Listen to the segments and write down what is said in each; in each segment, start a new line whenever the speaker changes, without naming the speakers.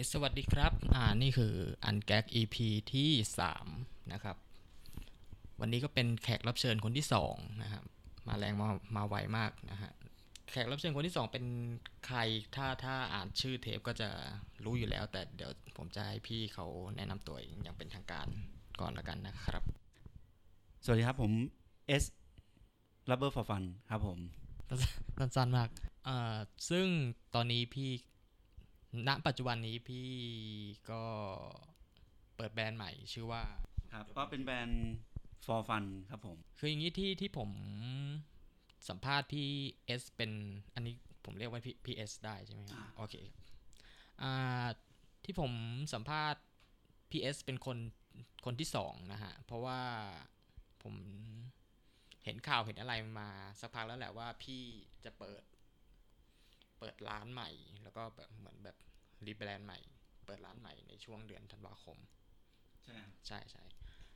สวัสดีครับนี่คืออันแก๊ก EP ที่3นะครับวันนี้ก็เป็นแขกรับเชิญคนที่2นะครับมาแรงมาไวมากนะฮะแขกรับเชิญคนที่2เป็นใครถ้าอ่านชื่อเทปก็จะรู้อยู่แล้วแต่เดี๋ยวผมจะให้พี่เขาแนะนำตัวอย่างเป็นทางการก่อนละกันนะครับ
สวัสดีครับผมเอส Rubber for Fun ครับผม
สั้นๆมากซึ่งตอนนี้พี่ณปัจจุบันนี้พี่ก็เปิดแบรนด์ใหม่ชื่อว่า
ครับก็เป็นแบรนด์ for Fun ครับผม
คืออย่างนี้ที่ผมสัมภาษณ์พี่เอสเป็นอันนี้ผมเรียกว่าพี่เอสได้ใช่ไหมโอเคที่ผมสัมภาษณ์พี่เอสเป็นคนที่สองนะฮะเพราะว่าผมเห็นข่าวเห็นอะไรมาสักพักแล้วแหละว่าพี่จะเปิดร้านใหม่แล้วก็แบบเหมือนแบบรีแบรนด์ใหม่เปิดร้านใหม่ในช่วงเดือนธันวาคม
ใช่
ใช่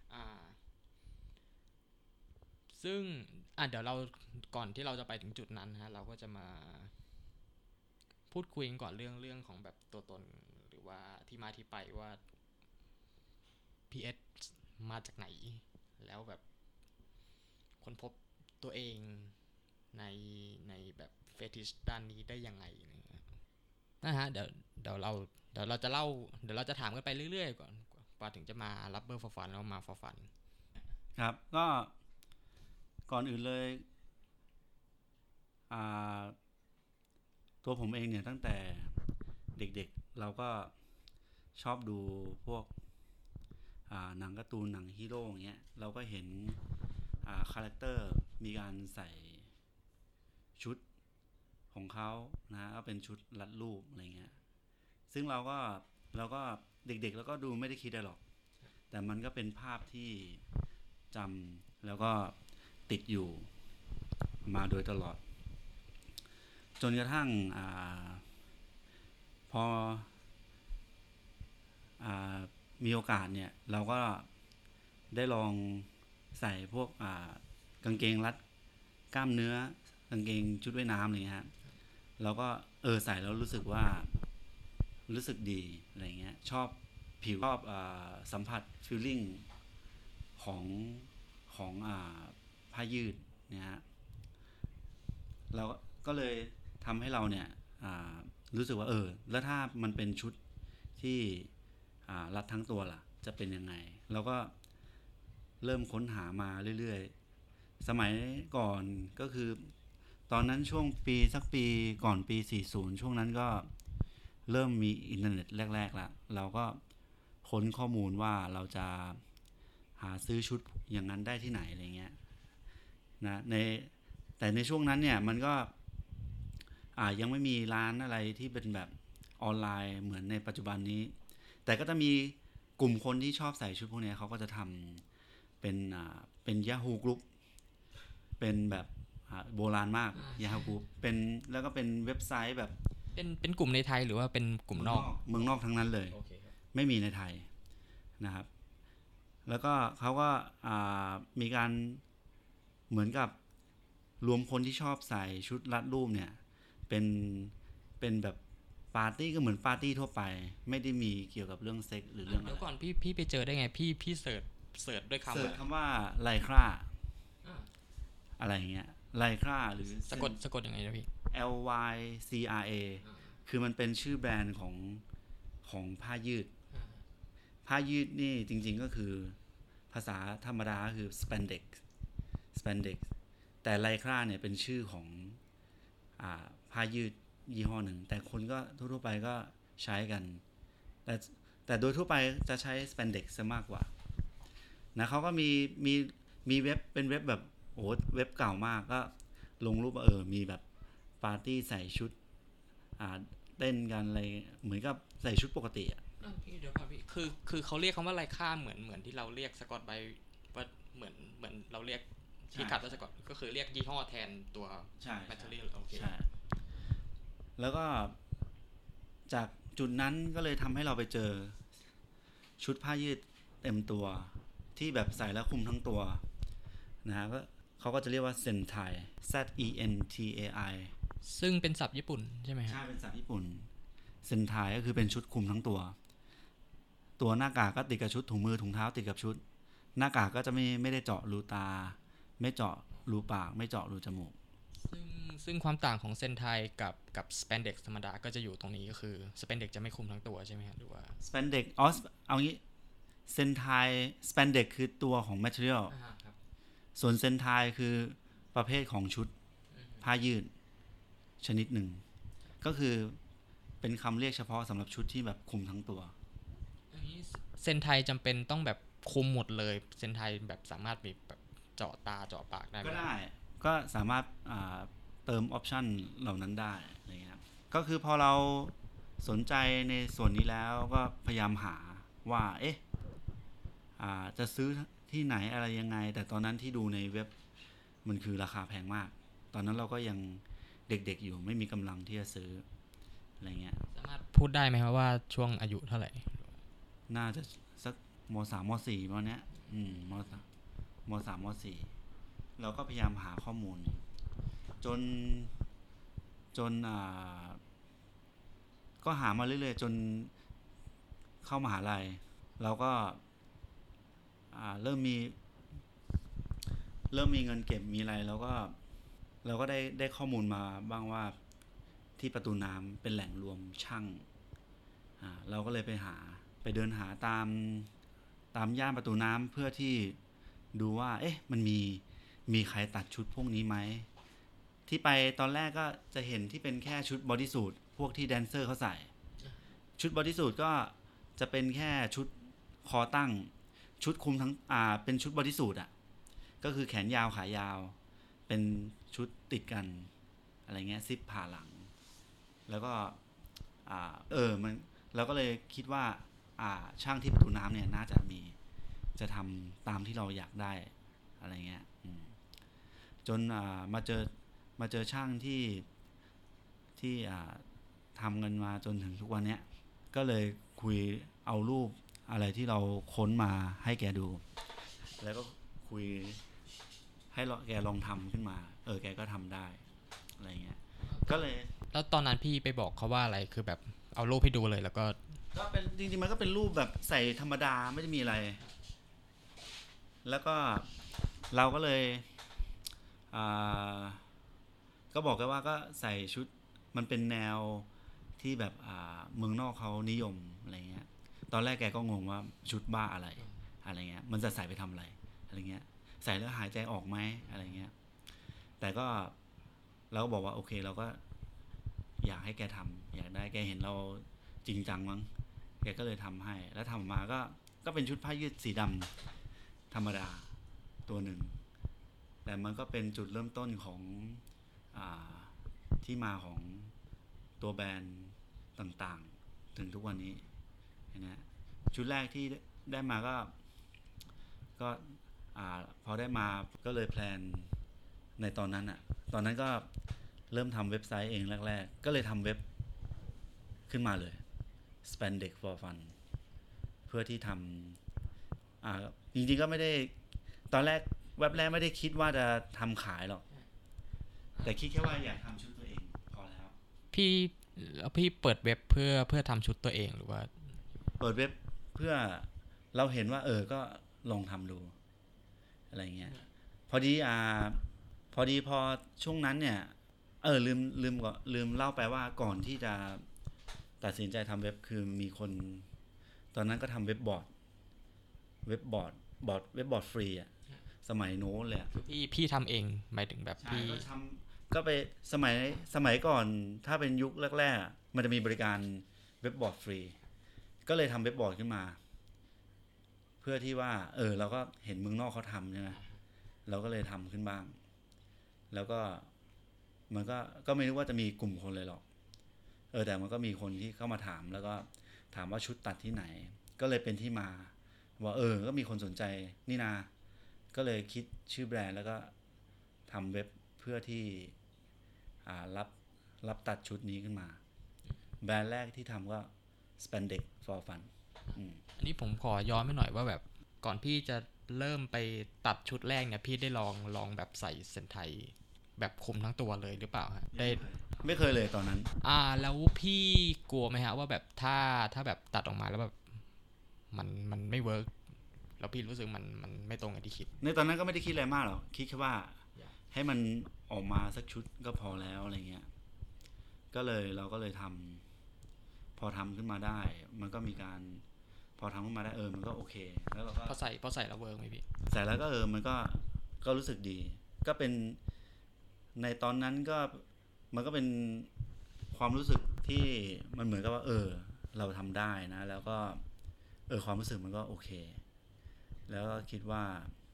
ซึ่งเดี๋ยวเราก่อนที่เราจะไปถึงจุดนั้นฮะเราก็จะมาพูดคุยกันก่อนเรื่องของแบบตัวตนหรือว่าที่มาที่ไปว่า PS มาจากไหนแล้วแบบค้นพบตัวเองในแบบเฟติชด้านนี้ได้ยังไงนะฮะเดี๋ยวเราจะเล่าเดี๋ยวเราจะถามกันไปเรื่อยๆก่อนกว่าถึงจะมา Rubber for Fun แล้วมา for Fun
ครับก็ก่อนอื่นเลยตัวผมเองเนี่ยตั้งแต่เด็กๆเราก็ชอบดูพวกหนังการ์ตูนหนังฮีโร่อย่างเงี้ยเราก็เห็นคาแรคเตอร์มีการใส่ชุดของเขานะก็เป็นชุดรัดรูปอะไรเงี้ยซึ่งเราก็เด็กๆแล้วก็ดูไม่ได้คิดอะไรหรอกแต่มันก็เป็นภาพที่จำแล้วก็ติดอยู่มาโดยตลอดจนกระทั่งพอมีโอกาสเนี่ยเราก็ได้ลองใส่พวกกางเกงรัดกล้ามเนื้อกางเกงชุดว่ายน้ำอะไรเงี้ยเราก็ใส่แล้วรู้สึกดีอะไรเงี้ยชอบผิวชอบสัมผัสฟีลลิ่งของผ้ายืดเนี่ยฮะเราก็เลยทำให้เราเนี่ยรู้สึกว่าแล้วถ้ามันเป็นชุดที่รัดทั้งตัวล่ะจะเป็นยังไงเราก็เริ่มค้นหามาเรื่อยๆสมัยก่อนก็คือตอนนั้นช่วงสักปีก่อนปี40ช่วงนั้นก็เริ่มมีอินเทอร์เน็ตแรกๆแล้วเราก็ค้นข้อมูลว่าเราจะหาซื้อชุดอย่างนั้นได้ที่ไหนอะไรเงี้ยนะแต่ในช่วงนั้นเนี่ยมันก็ยังไม่มีร้านอะไรที่เป็นแบบออนไลน์เหมือนในปัจจุบันนี้แต่ก็จะมีกลุ่มคนที่ชอบใส่ชุดพวกนี้เขาก็จะทำเป็น Yahoo Group เป็นแบบโบราณมาก Yahoo Group เป็นแล้วก็เป็นเว็บไซต์แบบ
เป็นกลุ่มในไทยหรือว่าเป็นกลุ่มนอก
เมืองนอกทั้งนั้นเลยไม่มีในไทยนะครับแล้วก็เขาก็มีการเหมือนกับรวมคนที่ชอบใส่ชุดรัดรูปเนี่ยเป็นแบบปาร์ตี้ก็เหมือนปาร์ตี้ทั่วไปไม่ได้มีเกี่ยวกับเรื่องเซ็กหรือเรื่องอะไร
เดี๋ยวก่อนพี่ไปเจอได้ไงพี่เสิร์ชด้วย
เสิร์ชคำว่าไลคราอะไรเงี้ยไลคราหรือ
สะกดยังไงนะพี่
LYCRA คือมันเป็นชื่อแบรนด์ของผ้ายืดนี่จริงๆก็คือภาษาธรรมดาคือ spandex แต่ไลคราเนี่ยเป็นชื่อของผ้ายืดยี่ห้อหนึ่งแต่คนก็ทั่วไปก็ใช้กันแต่โดยทั่วไปจะใช้ spandex ซะมากกว่านะเขาก็มีเว็บเป็นเว็บแบบเว็บเก่ามากก็ลงรูปมีแบบปาร์ตี้ใส่ชุดเต้นกันอะไรเหมือนกับใส่ชุดปกติ
พี่เดี๋ยวครับพี่คือเขาเรียกคำว่าไรค่าเหมือนที่เราเรียกสกอตไบว่าเหมือนเราเรียกที่ขัดว่าสกอตก็คือเรียกยี่ห้อแทนตัว material โอเค
แล้วก็จากจุดนั้นก็เลยทำให้เราไปเจอชุดผ้ายืดเต็มตัวที่แบบใส่แล้วคลุมทั้งตัวนะฮะเขาก็จะเรียกว่าเซนไท ZENTAI
ซึ่งเป็นศัพท์ญี่ปุ่นใช่ไหมครับ
ใช่เป็นศัพท์ญี่ปุ่นเซนไทก็คือเป็นชุดคลุมทั้งตัวหน้ากากก็ติดกับชุดถุงมือถุงเท้าติดกับชุดหน้ากากก็จะไม่ได้เจาะรูตาไม่เจาะรูปากไม่เจาะรูจมูก
ซึ่งความต่างของเซนไทกับสเปนเด็กธรรมดาก็จะอยู่ตรงนี้ก็คือสเปนเด็กจะไม่คลุมทั้งตัวใช่ไหมครับหรือว่า
สเปนเด็กเอางี้เซนไทสเปนเด็กคือตัวของ material ส่วนเซนไทคือประเภทของชุดผ้ายืดชนิดหนึ่งก็คือเป็นคำเรียกเฉพาะสำหรับชุดที่แบบคลุมทั้งตัว
เซนไทจำเป็นต้องแบบคลุมหมดเลยเซนไทแบบสามารถมีแบบเจาะตาเจาะปากได้
ก็ได้ก็สามารถเติมออปชันเหล่านั้นได้อะไรเงี้ยก็คือพอเราสนใจในส่วนนี้แล้วก็พยายามหาว่าจะซื้อที่ไหนอะไรยังไงแต่ตอนนั้นที่ดูในเว็บมันคือราคาแพงมากตอนนั้นเราก็ยังเด็กๆอยู่ไม่มีกำลังที่จะซื้ออะไรเงี้ย
สามารถพูดได้ไหมครับว่าช่วงอายุเท่าไหร่
น่าจะสักม.3 ม.4 ประมาณเนี้ยม.3 ม.3 ม.4 เราก็พยายามหาข้อมูลจนก็หามาเรื่อยๆจนเข้ามหาลัยเราก็เริ่มมีเงินเก็บมีอะไรเราก็ได้ข้อมูลมาบ้างว่าที่ประตูน้ำเป็นแหล่งรวมช่างเราก็เลยไปเดินหาตามย่านประตูน้ำเพื่อที่ดูว่ามันมีใครตัดชุดพวกนี้ไหมที่ไปตอนแรกก็จะเห็นที่เป็นแค่ชุดบอดี้สูทพวกที่แดนเซอร์เขาใส่ชุดบอดี้สูทก็จะเป็นแค่ชุดคอตั้งชุดคลุมทั้งเป็นชุดบอดี้สูทก็คือแขนยาวขายาวเป็นชุดติดกันอะไรเงี้ยซิปผ่าหลังแล้วก็มันเราก็เลยคิดว่าช่างที่ประตูน้ำเนี่ยน่าจะทำตามที่เราอยากได้อะไรเงี้ยจนมาเจอช่างที่ทำกันมาจนถึงทุกวันเนี้ยก็เลยคุยเอารูปอะไรที่เราค้นมาให้แกดูแล้วก็คุยให้แกลองทำขึ้นมาแกก็ทำได้อะไรเงี้ยก็เลย
แล้วตอนนั้นพี่ไปบอกเขาว่าอะไรคือแบบเอารูปให้ดูเลยแล้วก็
เป็นจริงๆมันก็เป็นรูปแบบใส่ธรรมดาไม่ได้มีอะไรแล้วก็เราก็เลยก็บอกกันว่าก็ใส่ชุดมันเป็นแนวที่แบบเมืองนอกเขานิยมอะไรเงี้ยตอนแรกแกก็งงว่าชุดบ้าอะไรเงี้ยมันจะใส่ไปทำอะไรอะไรเงี้ยใส่แล้วหายใจออกไหมอะไรเงี้ยแต่ก็เราก็บอกว่าโอเคเราก็อยากให้แกทำอยากได้แกเห็นเราจริงจังมั้งแกก็เลยทำให้แล้วทำมาก็เป็นชุดผ้ายืดสีดำธรรมดาตัวหนึ่งแต่มันก็เป็นจุดเริ่มต้นของที่มาของตัวแบรนด์ต่างๆถึงทุกวันนี้นะชุดแรกที่ได้มาก็พอได้มาก็เลยแพลนในตอนนั้นก็เริ่มทำเว็บไซต์เองแรกๆก็เลยทำเว็บขึ้นมาเลย Spandex for Fun เพื่อที่ทำจริงๆก็ไม่ได้ตอนแรกเว็บแรกไม่ได้คิดว่าจะทำขายหรอกแต่คิดแค่ว่าอยากทำชุดตัวเองพอแล้ว
พี่เปิดเว็บเพื่อทำชุดตัวเองหรือว่า
เปิดเว็บเพื่อเราเห็นว่าก็ลองทำดูอะไรเงี้ยพอดีพอช่วงนั้นเนี่ยลืมเล่าไปว่าก่อนที่จะตัดสินใจทำเว็บคือมีคนตอนนั้นก็ทำเว็บบอร์ดฟรีสมัยโน้นเลย
พี่ทำเองหมายถึงแบบพี่
ก็ไปสมัยก่อนถ้าเป็นยุคแรกๆมันจะมีบริการเว็บบอร์ดฟรีก็เลยทำเว็บบอร์ดขึ้นมาเพื่อที่ว่าเราก็เห็นเมืองนอกเขาทำใช่ไหมเราก็เลยทำขึ้นบ้างแล้วก็มันก็ไม่รู้ว่าจะมีกลุ่มคนเลยหรอกแต่มันก็มีคนที่เข้ามาถามแล้วก็ถามว่าชุดตัดที่ไหนก็เลยเป็นที่มาว่าก็มีคนสนใจนี่นาก็เลยคิดชื่อแบรนด์แล้วก็ทำเว็บเพื่อที่รับตัดชุดนี้ขึ้นมาแบรนด์แรกที่ทำก็ Spandex for Fun
อันนี้ผมขอย้อนไปหน่อยว่าแบบก่อนพี่จะเริ่มไปตัดชุดแรกเนี่ยพี่ได้ลองแบบใส่เซนไทแบบคุมทั้งตัวเลยหรือเปล่าฮะได้
ไม่เคยเลยตอนนั้น
แล้วพี่กลัวไหมฮะว่าแบบถ้าแบบตัดออกมาแล้วแบบมันไม่เวิร์กแล้วพี่รู้สึกมันไม่ตรงกับที่คิด
ในตอนนั้นก็ไม่ได้คิดอะไรมากหรอกคิดแค่ว่าให้มันออกมาสักชุดก็พอแล้วอะไรเงี้ยเราก็เลยทำพอทำขึ้นมาได้มันก็มีการพอทำขึ้นมาได้มันก็โอเคแล้วเราก็
พอใส่แล้วเวิร์กไหมพี่
ใส่แล้วก็มันก็รู้สึกดีก็เป็นในตอนนั้นก็มันก็เป็นความรู้สึกที่มันเหมือนกับว่าเราทำได้นะแล้วก็ความรู้สึกมันก็โอเคแล้วก็คิดว่า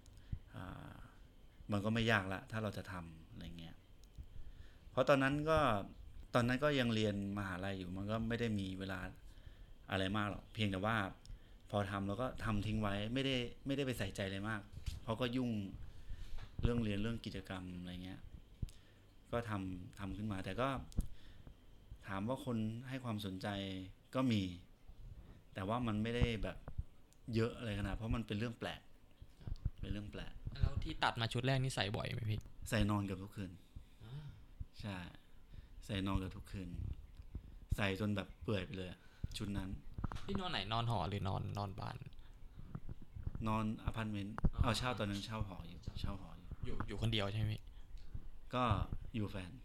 มันก็ไม่ยากละถ้าเราจะทำอะไรเงี้ยเพราะตอนนั้นก็ยังเรียนมหาลัยอยู่มันก็ไม่ได้มีเวลาอะไรมากหรอกเพียงแต่ว่าพอทำแล้วก็ทำทิ้งไว้ไม่ได้ไปใส่ใจอะไรมากเพราะก็ยุ่งเรื่องเรียนเรื่องกิจกรรมอะไรเงี้ยก็ทำขึ้นมาแต่ก็ถามว่าคนให้ความสนใจก็มีแต่ว่ามันไม่ได้แบบเยอะอะไรขนาดเพราะมันเป็นเรื่องแปลก
แล้วที่ตัดมาชุดแรกนี่ใส่บ่อยไหมพี่
ใส่นอนเกือบทุกคืนใช่ใส่นอนเกือบทุกคืนใส่จนแบบเปื่อยไปเลยชุดนั้น
พี่นอนไหนนอนหอหรือนอนบ้าน
นอนอพาร์ตเมนต์เช่าตอนนั้นเช่าหอ
อยู่คนเดียวใช่ไหม
ก็อยู่แฟน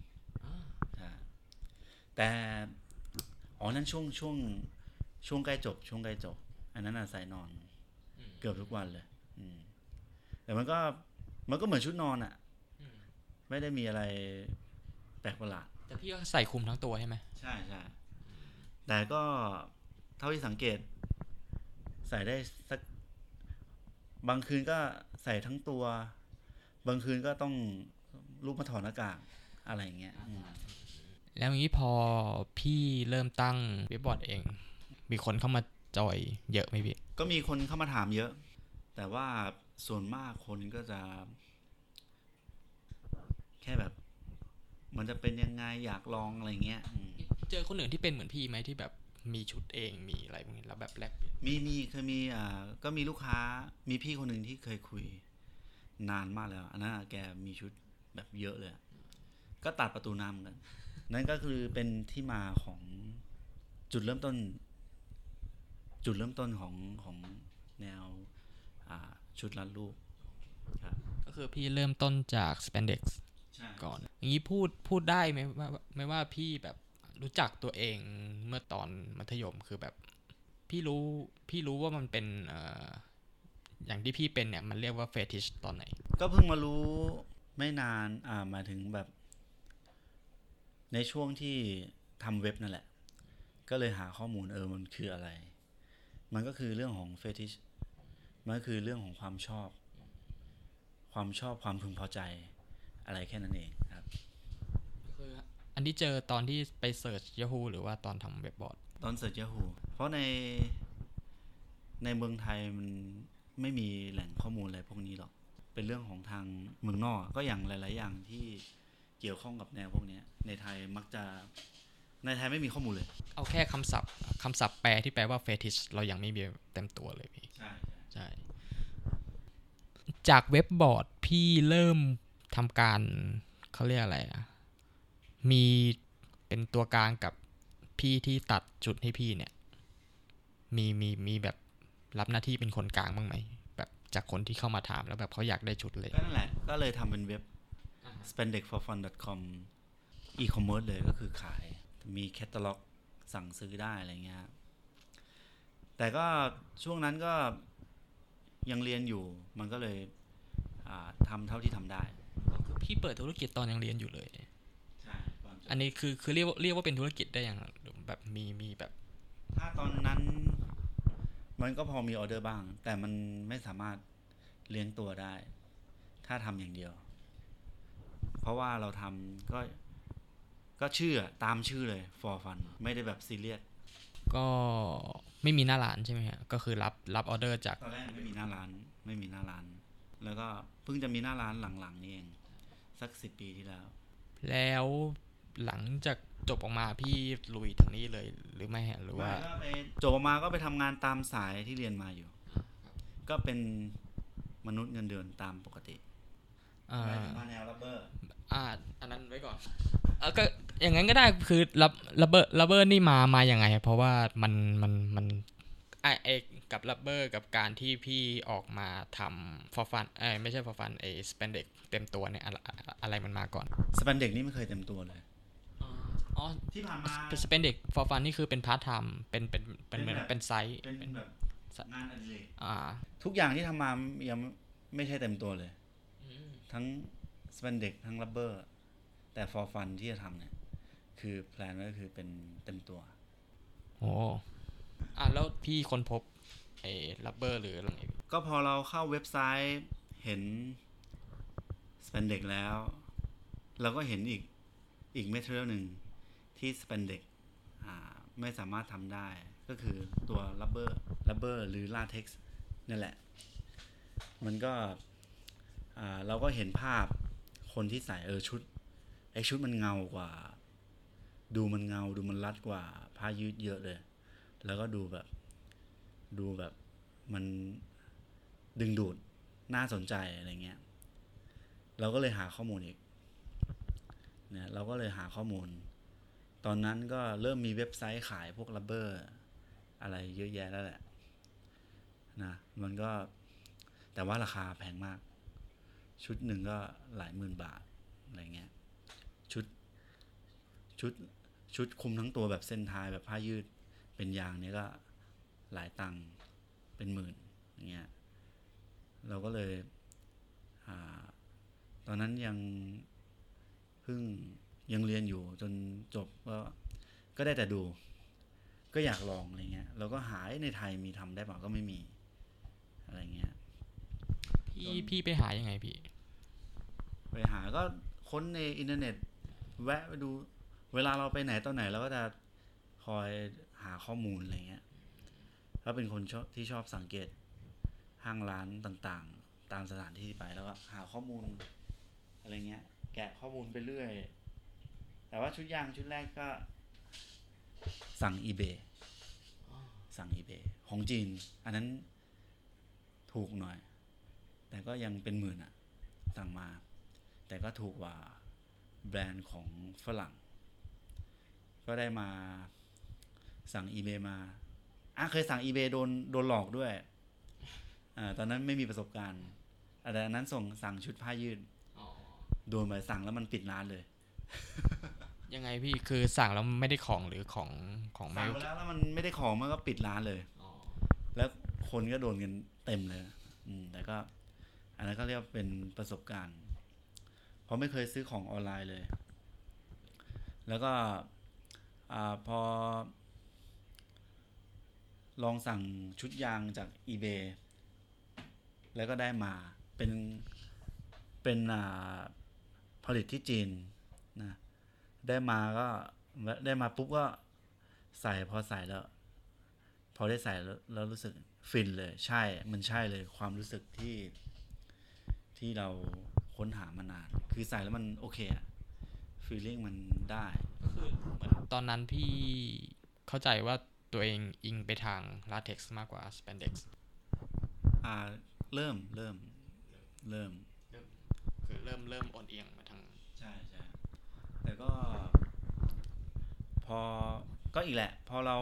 แต่นั่นช่วงใกล้จบอันนั้นใส่นอนเกือบทุกวันเลยแต่มันก็เหมือนชุดนอนไม่ได้มีอะไรแปลกประหลาด
แต่พี่ก็ใส่คลุมทั้งตัวใช่ไหม
ใช่แต่ก็เท่าที่สังเกตใส่ได้สักบางคืนก็ใส่ทั้งตัวบางคืนก็ต้องลุกมาถอดหน้ากากอะไรอย่างเงี้ย
แล้วอย่างนี้พอพี่เริ่มตั้งเว็บบอร์ดเองมีคนเข้ามาจอยเยอะไหมพี่
ก็มีคนเข้ามาถามเยอะแต่ว่าส่วนมากคนก็จะแค่แบบมันจะเป็นยังไงอยากลองอะไรเงี้ย
เจอคนอื่นที่เป็นเหมือนพี่ไหมที่แบบมีชุดเองมีอะไรพวกนี้แล้วแบบแลก
มีเคยมีก็มีลูกค้ามีพี่คนหนึ่งที่เคยคุยนานมากแล้วอันนั้นแกมีชุดแบบเยอะเลยก็ตัดประตูน้ำกันนั่นก็คือเป็นที่มาของจุดเริ่มต้นของแนวชุดรัดรูป
ก็คือพี่เริ่มต้นจาก spandex ก่อนอย่างนี้พูดได้ไหมว่าพี่แบบรู้จักตัวเองเมื่อตอนมัธยมคือแบบพี่รู้ว่ามันเป็นอย่างที่พี่เป็นเนี่ยมันเรียกว่า fetish ตอนไหน
ก็เพิ่งมารู้ไม่นานมาถึงแบบในช่วงที่ทำเว็บนั่นแหละก็เลยหาข้อมูลมันคืออะไรมันก็คือเรื่องของ fetish มันก็คือเรื่องของความชอบความพึงพอใจอะไรแค่นั้นเองครับ
คืออันที่เจอตอนที่ไปเสิร์ช Yahoo หรือว่าตอนทำเว็บบอร์ด
ตอนเสิร์ช Yahoo เพราะในเมืองไทยมันไม่มีแหล่งข้อมูลอะไรพวกนี้หรอกเป็นเรื่องของทางเมืองนอกก็อย่างหลายๆอย่างที่เกี่ยวข้องกับแนวพวกนี้ในไทยไม่มีข้อมูลเลย
เอาแค่คำศัพท์แปลที่แปลว่า fetish เรายังไม่มีเต็มตัวเลยพี่ใช่จากเว็บบอร์ดพี่เริ่มทำการเขาเรียกอะไรมีเป็นตัวกลางกับพี่ที่ตัดจุดให้พี่เนี่ยมีแบบรับหน้าที่เป็นคนกลางบ้างไหมแบบจากคนที่เข้ามาถามแล้วแบบเขาอยากได้ชุดเลย
ก็นั่นแหละก็เลยทำเป็นเว็บ spandexforfun.com e-commerce เลยก็คือขายมีแคตตาล็อกสั่งซื้อได้อะไรเงี้ยแต่ก็ช่วงนั้นก็ยังเรียนอยู่มันก็เลยทำเท่าที่ทำได้
พี่เปิดธุรกิจตอนยังเรียนอยู่เลย
ใช่
อันนี้คือเรียกว่าเป็นธุรกิจได้ยังแบบมีแบบ
ถ้าตอนนั้นมันก็พอมีออเดอร์บ้างแต่มันไม่สามารถเลี้ยงตัวได้ถ้าทำอย่างเดียวเพราะว่าเราทำก็ชื่อตามชื่อเลย for fun ไม่ได้แบบซีเรียส
ก็ไม่มีหน้าร้านใช่ไหมฮะก็คือรับออเดอร์จาก
ตอนแรกไม่มีหน้าร้านแล้วก็เพิ่งจะมีหน้าร้านหลังๆนี่เองสัก10 ปีที่
แล้วหลังจากจบออกมาพี่ลุยทางนี้เลยหรือไม่ฮะหรือว่า
จบออกมาก็ไปทำงานตามสายที่เรียนมาอยู่ก็เป็นมนุษย์เงินเดือนตามปกติมาแนวรับเบอร์
อ่าอันนั้นไว้ก่อนก็อย่างนั้นก็ได้คือลับเบอร์นี่มาอย่างไงเพราะว่ามันไอกับลับเบอร์กับการที่พี่ออกมาทำ for fun ไม่ใช่ for fun spandex เต็มตัวเนี่ยอะไรมันมาก่อน
สแปนเด็กนี่ไม่เคยเต็มตัวเลย
อ๋อ
ที่ผ่านมา
สเปนเด็ก for fun นี่คือเป็นพาร์ทไทม์เป็นเหมือนเป็นไซส์
เป็นแบบงานอดิเรก
อ่า
ทุกอย่างที่ทำมายังไม่ใช่เต็มตัวเลยทั้งสแปนเด็กทั้งรับเบอร์แต่ for fun ที่จะทำเนี่ยคือแพลนก็คือเป็นเต็มตัว
โอ้แล้วพี่ค้นพบไอ้ลับเบอร์หรืออะไร
ก็พอเราเข้าเว็บไซต์เห็นสแปนเด็กแล้วเราก็เห็นอีกเมทริลหนึ่งที่สแปนเด็กไม่สามารถทำได้ก็คือตัวรับเบอร์หรือลาเท็กซ์นี่แหละมันก็เราก็เห็นภาพคนที่ใส่ชุดมันเงากว่าดูมันเงาดูมันรัดกว่าผ้ายืดเยอะเลยแล้วก็ดูแบบมันดึงดูดน่าสนใจอะไรเงี้ยเราก็เลยหาข้อมูลอีกเนี่ยเราก็เลยหาข้อมูลตอนนั้นก็เริ่มมีเว็บไซต์ขายพวกรับเบอร์อะไรเยอะแยะแล้วแหละนะมันก็แต่ว่าราคาแพงมากชุดหนึ่งก็หลายหมื่นบาทอะไรเงี้ยชุดชุดชุดคุมทั้งตัวแบบเส้นทายแบบผ้ายืดเป็นยางเนี่ยก็หลายตังค์เป็นหมื่นอย่างเงี้ยเราก็เลยตอนนั้นเพิ่งยังเรียนอยู่จนจบก็ได้แต่ดูก็อยากลองอะไรเงี้ยเราก็หาในไทยมีทำได้เปล่าก็ไม่มีอะไรเงี้ย
พี่ไปหายังไงพี่
ไปหาก็ค้นในอินเทอร์เน็ตแวะไปดูเวลาเราไปไหนตอนไหนเราก็จะคอยหาข้อมูลอะไรเงี้ยถ้าเป็นคนที่ชอบสังเกตห้างร้านต่างๆตามสถานที่ไปแล้วก็หาข้อมูลอะไรเงี้ยแกะข้อมูลไปเรื่อยแต่ว่าชุดแรกก็สั่ง eBay ของจีนอันนั้นถูกหน่อยแต่ก็ยังเป็นหมื่นอ่ะสั่งมาแต่ก็ถูกกว่าแบรนด์ของฝรั่งก็ได้มาสั่ง eBay มาเคยสั่ง eBay โดนหลอกด้วยตอนนั้นไม่มีประสบการณ์แต่อันนั้นสั่งชุดผ้ายืดโดนไปสั่งแล้วมันปิดร้านเลย
ยังไงพี่คือสั่งแล้วไม่ได้ของหรือของ
สั่งไปแล้วมันไม่ได้ของมันก็ปิดร้านเลยแล้วคนก็โดนกันเต็มเลยแต่ก็อันนั้นก็เรียกเป็นประสบการณ์เพราะไม่เคยซื้อของออนไลน์เลยแล้วก็พอลองสั่งชุดยางจาก eBay แล้วก็ได้มาเป็นผลิตที่จีนนะได้มาปุ๊บก็พอใส่แล้วพอได้ใส่แล้วรู้สึกฟินเลยมันใช่เลยความรู้สึกที่เราค้นหามานานคือใส่แล้วมันโอเคอะฟีลลิ่งมันได้
ก็คือเหมือนตอนนั้นพี่เข้าใจว่าตัวเองอิงไปทางลาเท็กซ์มากกว่าสเปนเด็กซ์
เริ่ม
คือเริ่มอ่อนเอียงมาทาง
ใช่แต่ก็พอก็อีกแหละพอเรา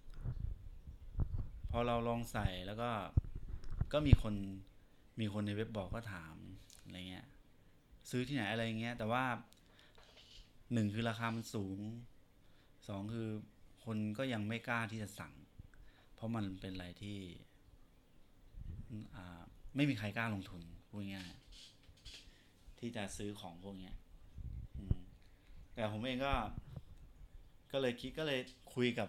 ลองใส่แล้วก็มีคนในเว็บบอกก็ถามอะไรเงี้ยซื้อที่ไหนอะไรเงี้ยแต่ว่า1คือราคามันสูง2คือคนก็ยังไม่กล้าที่จะสั่งเพราะมันเป็นอะไรที่ไม่มีใครกล้าลงทุนพูดง่ายที่จะซื้อของพวกนี้แต่ผมเองก็เลยคุยกับ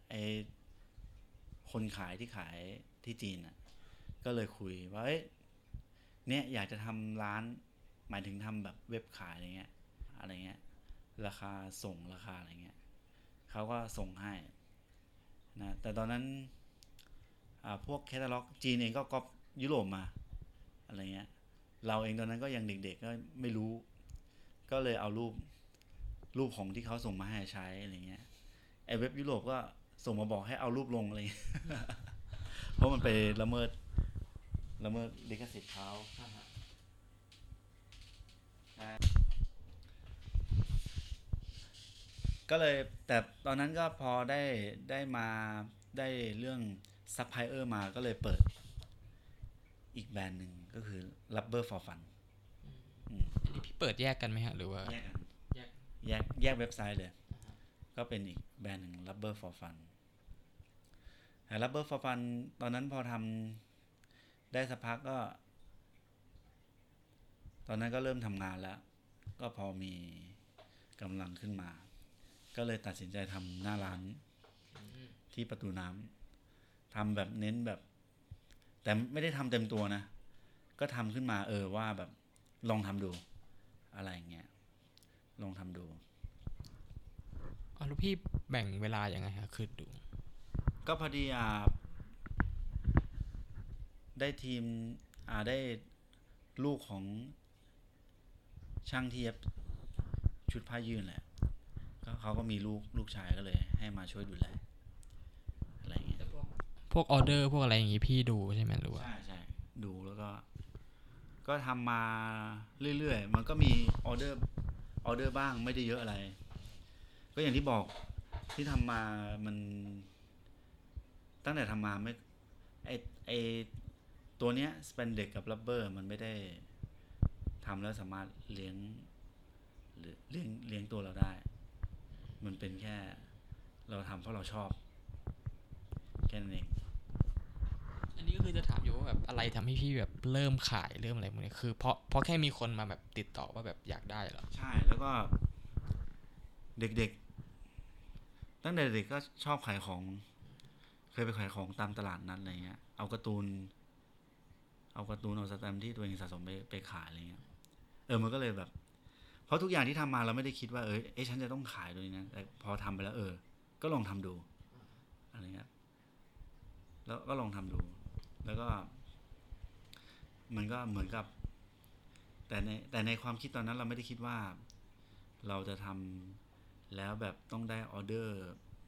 คนขายที่จีนน่ะก็เลยคุยว่าเนี่ยอยากจะทำร้านหมายถึงทำแบบเว็บขายอะไรเงี้ยราคาส่งราคาอะไรเงี้ยเขาก็ส่งให้นะแต่ตอนนั้นพวกแคตตาล็อกจีนเองก็ก๊อปยุโรปมาอะไรเงี้ยเราเองตอนนั้นก็ยังเด็กๆก็ไม่รู้ก็เลยเอารูปของที่เขาส่งมาให้ใช้อะไรเงี้ยเว็บยุโรปก็ส่งมาบอกให้เอารูปลงอะไร เพราะมันไปละเมิดลิขสิทธิ์เขาก็เลยแต่ตอนนั้นก็พอได้มาได้เรื่องซัพพลายเออร์มาก็เลยเปิดอีกแบรนด์หนึ่งก็คือ Rubber for Fun
อันนี้พี่เปิดแยกกันไหมฮะหรือว่า
แยกกันแยกเว็บไซต์เลยก็เป็นอีกแบรนด์หนึ่ง Rubber for Fun แต่ Rubber for Fun ตอนนั้นพอทำได้สักพักก็ตอนนั้นก็เริ่มทำงานแล้วก็พอมีกำลังขึ้นมาก็เลยตัดสินใจทำหน้าร้านที่ประตูน้ำทำแบบเน้นแบบแต่ไม่ได้ทำเต็มตัวนะก็ทำขึ้นมาว่าแบบลองทำดูอะไรอย่างเงี้ยลองทำดู
แล้วพี่แบ่งเวลาอย่างไงฮะคือดู
ก็พอดีได้ทีมได้ลูกของช่างที่เย็บชุดผ้ายืนแหละเขาก็มีลูกชายก็เลยให้มาช่วยดูแลอะไรอย่างเงี้ย
พวกออเดอร์พวกอะไรอย่างงี้พี่ดูใช่ไหมหรือว่า
ใช่ดูแล้วก็ทำมาเรื่อยๆมันก็มีออเดอร์บ้างไม่ได้เยอะอะไรก็อย่างที่บอกที่ทำมามันตั้งแต่ทำมาไม่ไอตัวเนี้ยสเปนเด็กกับรับเบอร์มันไม่ได้ทำแล้วสามารถเลี้ยงตัวเราได้มันเป็นแค่เราทำเพราะเราชอบแค่นั้นเอง
อันนี้ก็คือจะถามอยู่ว่าแบบอะไรทำให้พี่แบบเริ่มขายเริ่มอะไรพวกนี้คือเพราะแค่มีคนมาแบบติดต่อว่าแบบอยากได้เหรอ
ใช่แล้วก็เด็กๆตั้งแต่เด็กก็ชอบขายของเคยไปขายของตามตลาดนัดอะไรเงี้ยเอาการ์ตูนเอาสแตมป์ที่ตัวเองสะสมไปขายอะไรเงี้ยมันก็เลยแบบเพราะทุกอย่างที่ทำมาเราไม่ได้คิดว่าฉันจะต้องขายด้วยนะแต่พอทำไปแล้วก็ลองทำดูอะไรเงี้ยแล้วก็ลองทำดูแล้วก็มันก็เหมือนกับแต่ในความคิดตอนนั้นเราไม่ได้คิดว่าเราจะทำแล้วแบบต้องได้ออเดอร์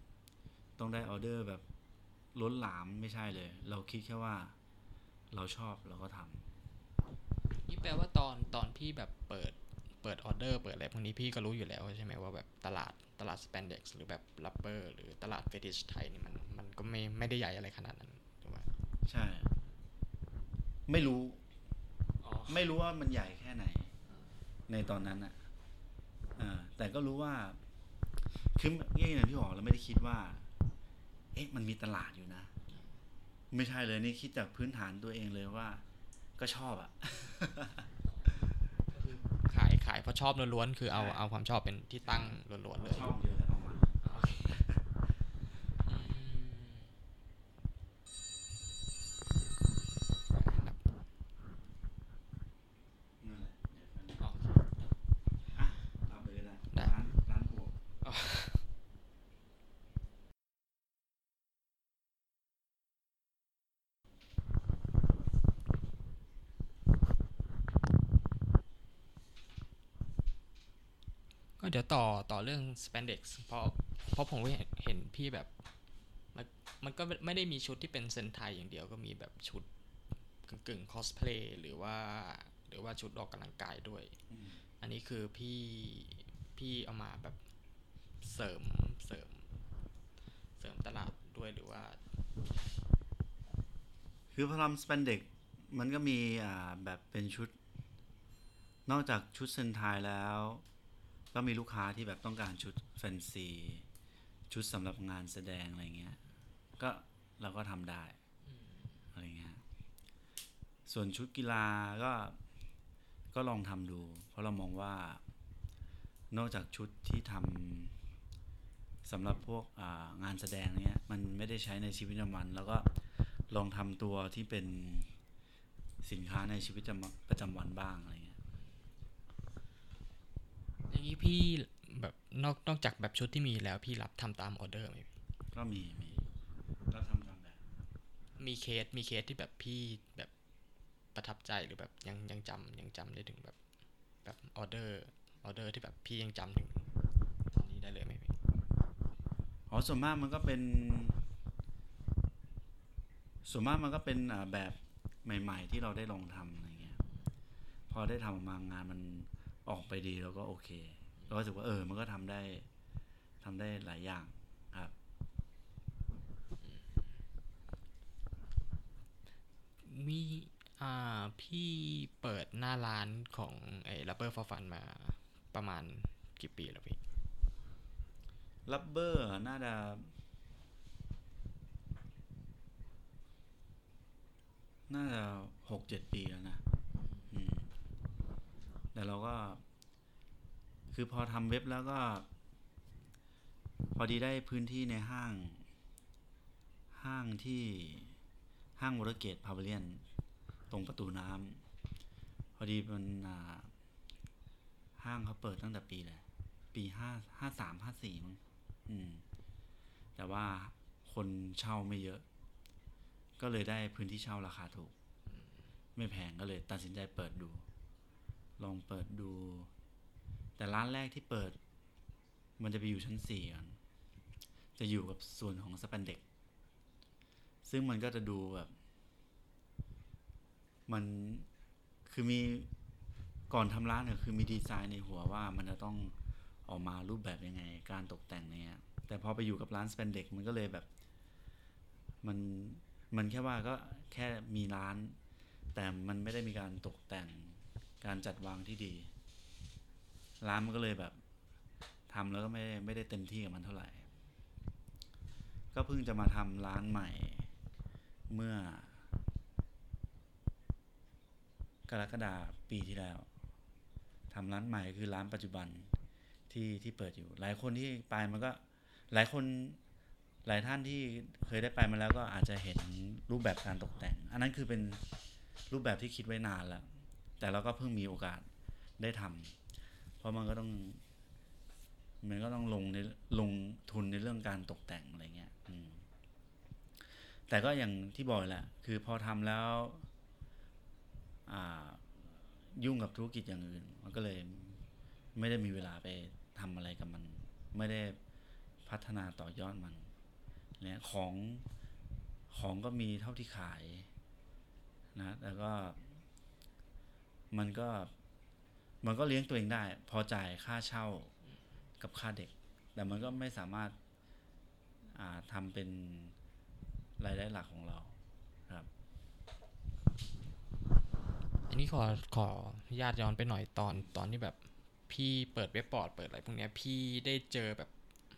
แบบล้นหลามไม่ใช่เลยเราคิดแค่ว่าเราชอบเราก็ทำ
นี่แปลว่าตอนพี่แบบเปิดออเดอร์เปิดอะไรพวกนี้พี่ก็รู้อยู่แล้วใช่ไหมว่าแบบตลาดสเปนเด็กซ์หรือแบบรับเบอร์หรือตลาดเฟติชไทยนี่มันก็ไม่ได้ใหญ่อะไรขนาดนั้นถูกไหม
ใช่ไม่รู้ว่ามันใหญ่แค่ไหนในตอนนั้นอ่ะแต่ก็รู้ว่าคืออย่างที่บอกเราไม่ได้คิดว่ามันมีตลาดอยู่นะไม่ใช่เลยนี่คิดจากพื้นฐานตัวเองเลยว่าก็ชอบอ่ะ
ขายเพราะชอบล้วนๆคือเอาความชอบเป็นที่ตั้งล้วนๆเลย
ชอบเยอะเลยออกมาเราไปเลยนะร้านหัว
ก็เดี๋ยวต่อเรื่อง spandex เพราะผมเห็นพี่แบบมันก็ไม่ได้มีชุดที่เป็นเซนไทอย่างเดียวก็มีแบบชุดกึ่งคอสเพลย์หรือว่าชุดออกกำลังกายด้วยอันนี้คือพี่เอามาแบบเสริมเสริมตลาดด้วยหรือว่า
คือพอทำสเปนเด็กมันก็มีแบบเป็นชุดนอกจากชุดเซนไทแล้วก็มีลูกค้าที่แบบต้องการชุดแฟนซีชุดสำหรับงานแสดงอะไรเงี้ยก็เราก็ทำได้อะไรเงี้ยส่วนชุดกีฬาก็ลองทำดูเพราะเรามองว่านอกจากชุดที่ทำสำหรับพวกงานแสดงเนี้ยมันไม่ได้ใช้ในชีวิตประจำวันแล้วก็ลองทำตัวที่เป็นสินค้าในชีวิตประจำวันบ้างอะไรเงี้ย
อย่างนี้พี่แบบนอกจากแบบชุดที่มีแล้วพี่รับทำตามออเดอร์ไหม
ก็มีก็ทำตามแบบ
มีเคสที่แบบพี่แบบประทับใจหรือแบบยังจำได้ถึงแบบออเดอร์ที่แบบพี่ยังจำถึงตอนนี้ได้เลยไหมพี่
ส่วนมากมันก็เป็นแบบใหม่ๆที่เราได้ลองทำอะไรเงี้ยพอได้ทำออกมางานมันออกไปดีเราก็โอเคเรารู้สึกว่ามันก็ททำได้หลายอย่างครับ
มีพี่เปิดหน้าร้านของไอ้ Rubber for Fun มาประมาณกี่ปีแล้วพี่
ลับเบอร์น่าจะ6-7 ปีแล้วนะอืมแต่เราก็คือพอทำเว็บแล้วก็พอดีได้พื้นที่ในห้างที่ห้างวอเตอร์เกตพาวิเลียนตรงประตูน้ำพอดีมันห้างเขาเปิดตั้งแต่ปีเลยปี53-54มั้งอืมแต่ว่าคนเช่าไม่เยอะก็เลยได้พื้นที่เช่าราคาถูกไม่แพงก็เลยตัดสินใจเปิดดูลองเปิดดูแต่ร้านแรกที่เปิดมันจะไปอยู่ชั้น4ก่อนจะอยู่กับส่วนของสแปนเด็กซึ่งมันก็จะดูแบบมันคือมีก่อนทำร้านเนี่ยคือมีดีไซน์ในหัวว่ามันจะต้องออกมารูปแบบยังไงการตกแต่งเนี่ยแต่พอไปอยู่กับร้านสแปนเด็กมันก็เลยแบบมันมันแค่ว่าก็แค่มีร้านแต่มันไม่ได้มีการตกแต่งการจัดวางที่ดีร้านมันก็เลยแบบทำแล้วก็ไม่ได้เต็มที่กับมันเท่าไหร่ก็เพิ่งจะมาทำร้านใหม่เมื่อกรกฎาคมปีที่แล้วทำร้านใหม่คือร้านปัจจุบันที่เปิดอยู่หลายคนที่ไปมันก็หลายคนหลายท่านที่เคยได้ไปมาแล้วก็อาจจะเห็นรูปแบบการตกแต่งอันนั้นคือเป็นรูปแบบที่คิดไว้นานแล้วแต่เราก็เพิ่งมีโอกาสได้ทำเพราะมันก็ต้องลงทุนในเรื่องการตกแต่งอะไรเงี้ยแต่ก็อย่างที่บอกแหละคือพอทำแล้วยุ่งกับธุรกิจอย่างอื่นมันก็เลยไม่ได้มีเวลาไปทำอะไรกับมันไม่ได้พัฒนาต่อยอดมันเนี่ยของก็มีเท่าที่ขายนะแต่ก็มันก็มันก็เลี้ยงตัวเองได้พอจ่ายค่าเช่ากับค่าเด็กแต่มันก็ไม่สามารถทำเป็นรายได้หลักของเราครับ
อันนี้ขอญาตย้อนไปหน่อยตอนที่แบบพี่เปิดเว็บบอร์ดเปิดอะไรพวกเนี้ยพี่ได้เจอแบบ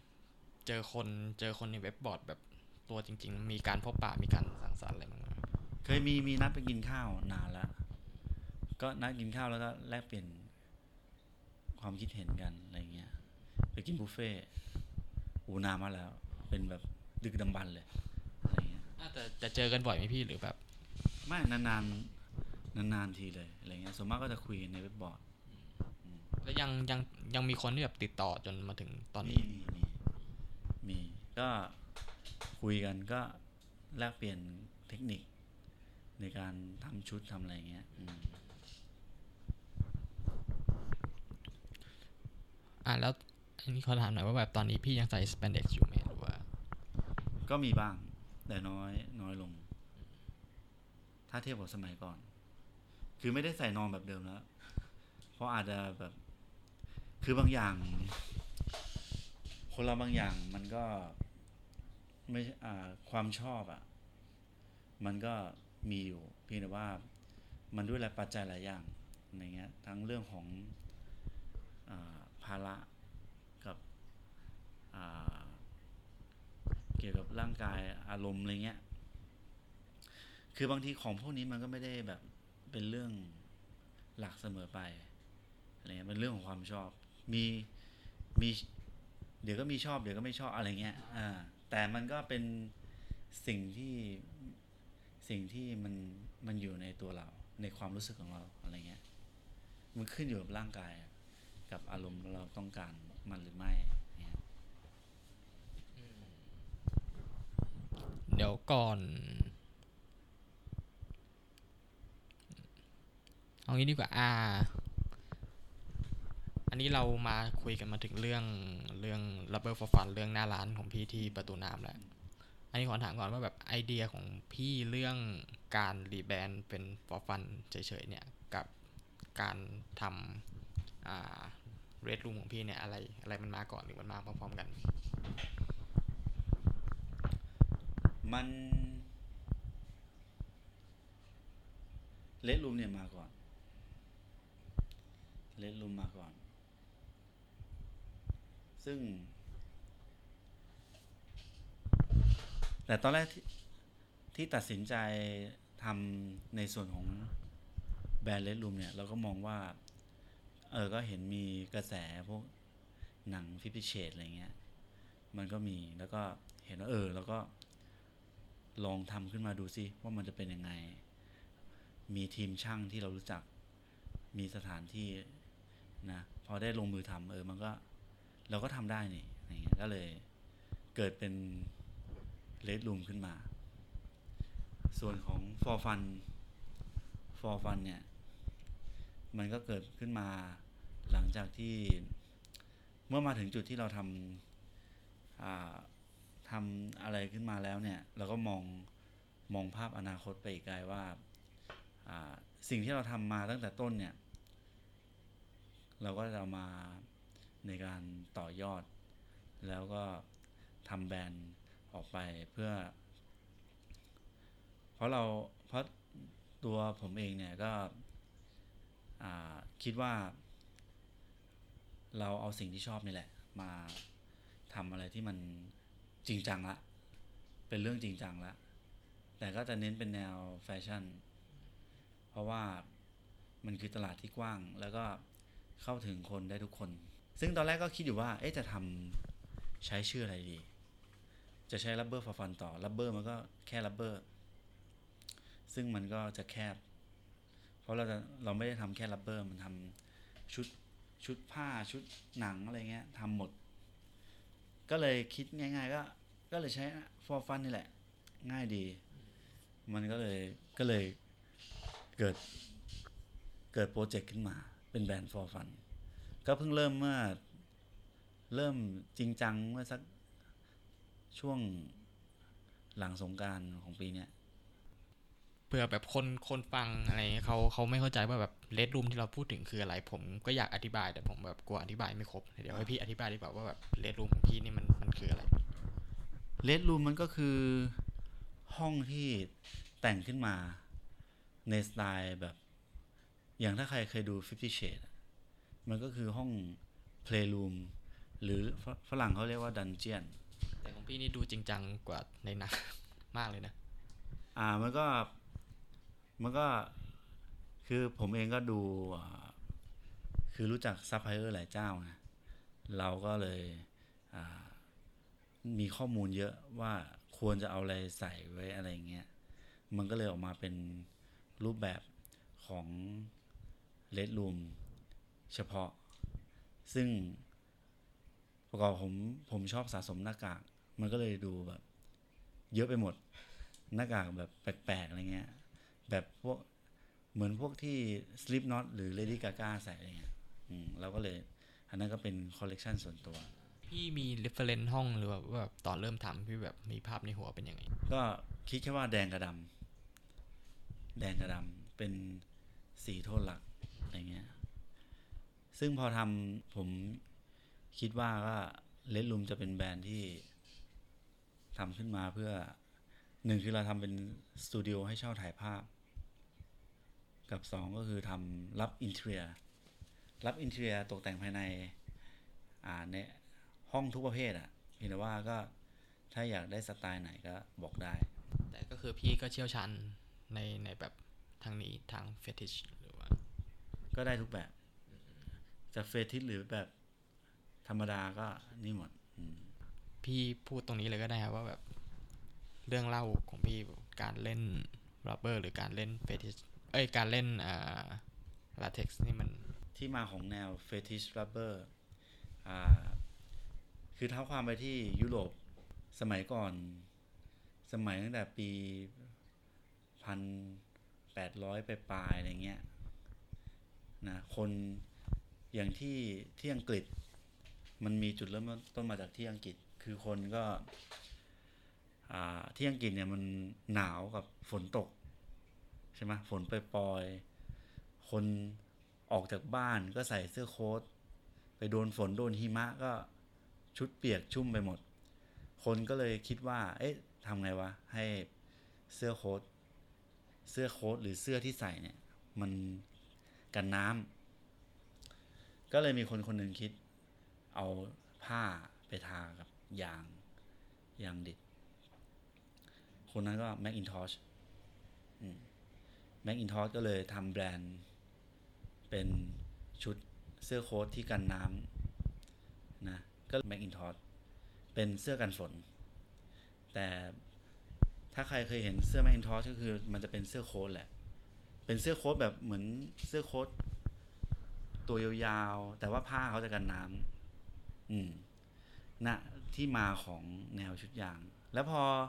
เจอคนในเว็บบอร์ดแบบตัวจริงๆมีการพบปะมีการสังสรรค์อะไรบ้างไหม
เคยมีนัดไปกินข้าวนานแล้วก็นัดกินข้าวแล้วก็แลกเปลี่ยนความคิดเห็นกันอะไรเงี้ยไปกินบุฟเฟ่นานมาแล้วเป็นแบบดึกดำบรรพ์เลยอะไรเงี้ย
แต่จะเจอกันบ่อยไหมพี่หรือแบบ
ไม่นานทีเลยอะไรเงี้ยส่วนมากก็จะคุยในเว็บบอร์ด
แล้วยังมีคนที่แบบติดต่อจนมาถึงตอน
มี
นี้
มีก็คุยกันก็แลกเปลี่ยนเทคนิคในการทำชุดทำอะไรเงี้ย
แล้วอันนี้ขอถามหน่อยว่าแบบตอนนี้พี่ยังใส่ spandex อยู่ไหมหรือว่า
ก็มีบ้างแต่น้อยลงถ้าเทียบกับสมัยก่อนคือไม่ได้ใส่นอนแบบเดิมแล้วเพราะอาจจะแบบคือบางอย่างคนเราบางอย่างมันก็ไม่ความชอบมันก็มีอยู่เพียงแต่ว่ามันด้วยหลายปัจจัยหลายอย่างอะไรเงี้ยทั้งเรื่องของภาระกับเกี่ยวกับร่างกายอารมณ์อะไรเงี้ยคือบางทีของพวกนี้มันก็ไม่ได้แบบเป็นเรื่องหลักเสมอไปอะไรเงี้ยเป็นเรื่องของความชอบมีเดี๋ยวก็มีชอบเดี๋ยวก็ไม่ชอบอะไรเงี้ยแต่มันก็เป็นสิ่งที่มันอยู่ในตัวเราในความรู้สึกของเราอะไรเงี้ยมันขึ้นอยู่กับร่างกายกับอารมณ์เราต้องการมันหรือไม่เนี่ย
เดี๋ยวก่อนเอางี้ดีกว่าอันนี้เรามาคุยกันมาถึงเรื่อง Rubber for Fun เรื่องหน้าร้านของพี่ที่ประตูน้ำแล้วอันนี้ขอถามก่อนว่าแบบไอเดียของพี่เรื่องการรีแบรนด์เป็น for fun เฉยๆเนี่ยกับการทำRed Room ของพี่เนี่ยอะไรมันมาก่อนหรือมันมาพร้อมๆกัน
มันเลดรูมเนี่ยมาก่อนเลดรูมมาก่อนซึ่งแต่ตอนแรกที่ตัดสินใจทำในส่วนของแบรนด์เลดรูมเนี่ยเราก็มองว่าก็เห็นมีกระแสพวกหนัง50 Shades อะไรเงี้ยมันก็มีแล้วก็เห็นว่าแล้วก็ลองทำขึ้นมาดูซิว่ามันจะเป็นยังไงมีทีมช่างที่เรารู้จักมีสถานที่นะพอได้ลงมือทำมันก็เราก็ทำได้นี่อย่างเงี้ยก็เลยเกิดเป็นเลดรูมขึ้นมาส่วนของ for fun เนี่ยมันก็เกิดขึ้นมาหลังจากที่เมื่อมาถึงจุดที่เราทำอะไรขึ้นมาแล้วเนี่ยเราก็มองภาพอนาคตไปอีกไกลว่าสิ่งที่เราทำมาตั้งแต่ต้นเนี่ยเราก็จะมาในการต่อยอดแล้วก็ทำแบรนด์ออกไปเพราะตัวผมเองเนี่ยก็คิดว่าเราเอาสิ่งที่ชอบนี่แหละมาทำอะไรที่มันจริงจังละเป็นเรื่องจริงจังละแต่ก็จะเน้นเป็นแนวแฟชั่นเพราะว่ามันคือตลาดที่กว้างแล้วก็เข้าถึงคนได้ทุกคนซึ่งตอนแรกก็คิดอยู่ว่าจะทำใช้ชื่ออะไรดีจะใช้ Rubber for Fun ต่อ Rubber มันก็แค่ Rubber ซึ่งมันก็จะแคบเพราะเราไม่ได้ทำแค่ Rubber มันทำชุดผ้าชุดหนังอะไรเงี้ยทำหมดก็เลยคิดง่ายๆก็เลยใช้ for fun นี่แหละง่ายดีมันก็เลยเกิดโปรเจกต์ขึ้นมาเป็นแบรนด์ for fun ก็เพิ่งเริ่มจริงจังเมื่อสักช่วงหลังสงกรานต์ของปีนี้
เผื่อแบบคนฟังอะไรเขาไม่เข้าใจว่าแบบเลดรูมที่เราพูดถึงคืออะไรผมก็อยากอธิบายแต่ผมแบบกลัวอธิบายไม่ครบเดี๋ยวให้พี่อธิบายดีกว่าว่าแบบเลดรูมของพี่นี่มันคืออะไร
เลดรูมมันก็คือห้องที่แต่งขึ้นมาในสไตล์แบบอย่างถ้าใครเคยดู50 Shades มันก็คือห้อง playroom หรือฝรั่งเขาเรียกว่า dungeon
แต่ของพี่นี่ดูจริงจังกว่าในหนังมากเลยนะ
มันก็คือผมเองก็ดูคือรู้จักซัพพลายเออร์หลายเจ้านะเราก็เลยมีข้อมูลเยอะว่าควรจะเอาอะไรใส่ไว้อะไรเงี้ยมันก็เลยออกมาเป็นรูปแบบของเลดรูมเฉพาะซึ่งประกอบผมชอบสะสมหน้ากากมันก็เลยดูแบบเยอะไปหมดหน้ากากแบบแปลกๆอะไรเงี้ยแบบพวกเหมือนพวกที่ Slipknot หรือ Lady Gaga ใส่อะไรเงี้ยเราก็เลยอันนั้นก็เป็นคอลเลกชันส่วนตัว
พี่มี reference ห้องหรือว่าแบบตอนเริ่มทำพี่แบบมีภาพในหัวเป็นยังไง
ก็คิดแค่ว่าแดงกับดำเป็นสีโทนหลักอะไรเงี้ยซึ่งพอทำผมคิดว่าก็เลดรูมจะเป็นแบรนด์ที่ทำขึ้นมาเพื่อหนึ่งคือเราทำเป็นสตูดิโอให้เช่าถ่ายภาพกับสองก็คือทำรับอินเทรียตกแต่งภายในในห้องทุกประเภทเพียงแต่ว่าก็ถ้าอยากได้สไตล์ไหนก็บอกได้
แต่ก็คือพี่ก็เชี่ยวชาญในแบบทางนี้ทางเฟติชหรือว่า
ก็ได้ทุกแบบจะเฟติชหรือแบบธรรมดาก็นี่หมด
พี่พูดตรงนี้เลยก็ได้ครับว่าแบบเรื่องเล่าของพี่การเล่นรับเบอร์หรือการเล่นเฟติชการเล่นลาเท็กซ์นี่มัน
ที่มาของแนวเฟติชรับเบอร์คือเท้าความไปที่ยุโรปสมัยก่อนสมัยตั้งแต่ปี1800ไปปลายอะไรเงี้ยนะคนอย่างที่อังกฤษมันมีจุดเริ่มต้นมาจากที่อังกฤษคือคนก็ที่อังกฤษเนี่ยมันหนาวกับฝนตกใช่ไหมฝนปล่อยๆคนออกจากบ้านก็ใส่เสื้อโค้ทไปโดนฝนโดนหิมะก็ชุดเปียกชุ่มไปหมดคนก็เลยคิดว่าทำไงวะให้เสื้อโค้ทหรือเสื้อที่ใส่เนี่ยมันกันน้ำก็เลยมีคนคนหนึ่งคิดเอาผ้าไปทากับยางดิบคนนั้นก็ Macintosh Macintosh ก็เลยทำแบรนด์เป็นชุดเสื้อโค้ทที่กันน้ำนะก็ Macintosh เป็นเสื้อกันฝนแต่ถ้าใครเคยเห็นเสื้อ Macintosh ก็คือมันจะเป็นเสื้อโค้ทแหละเป็นเสื้อโค้ทแบบเหมือนเสื้อโค้ทตัวยาวๆแต่ว่าผ้าเขาจะกันน้ำนะที่มาของแนวชุดยางแล้ว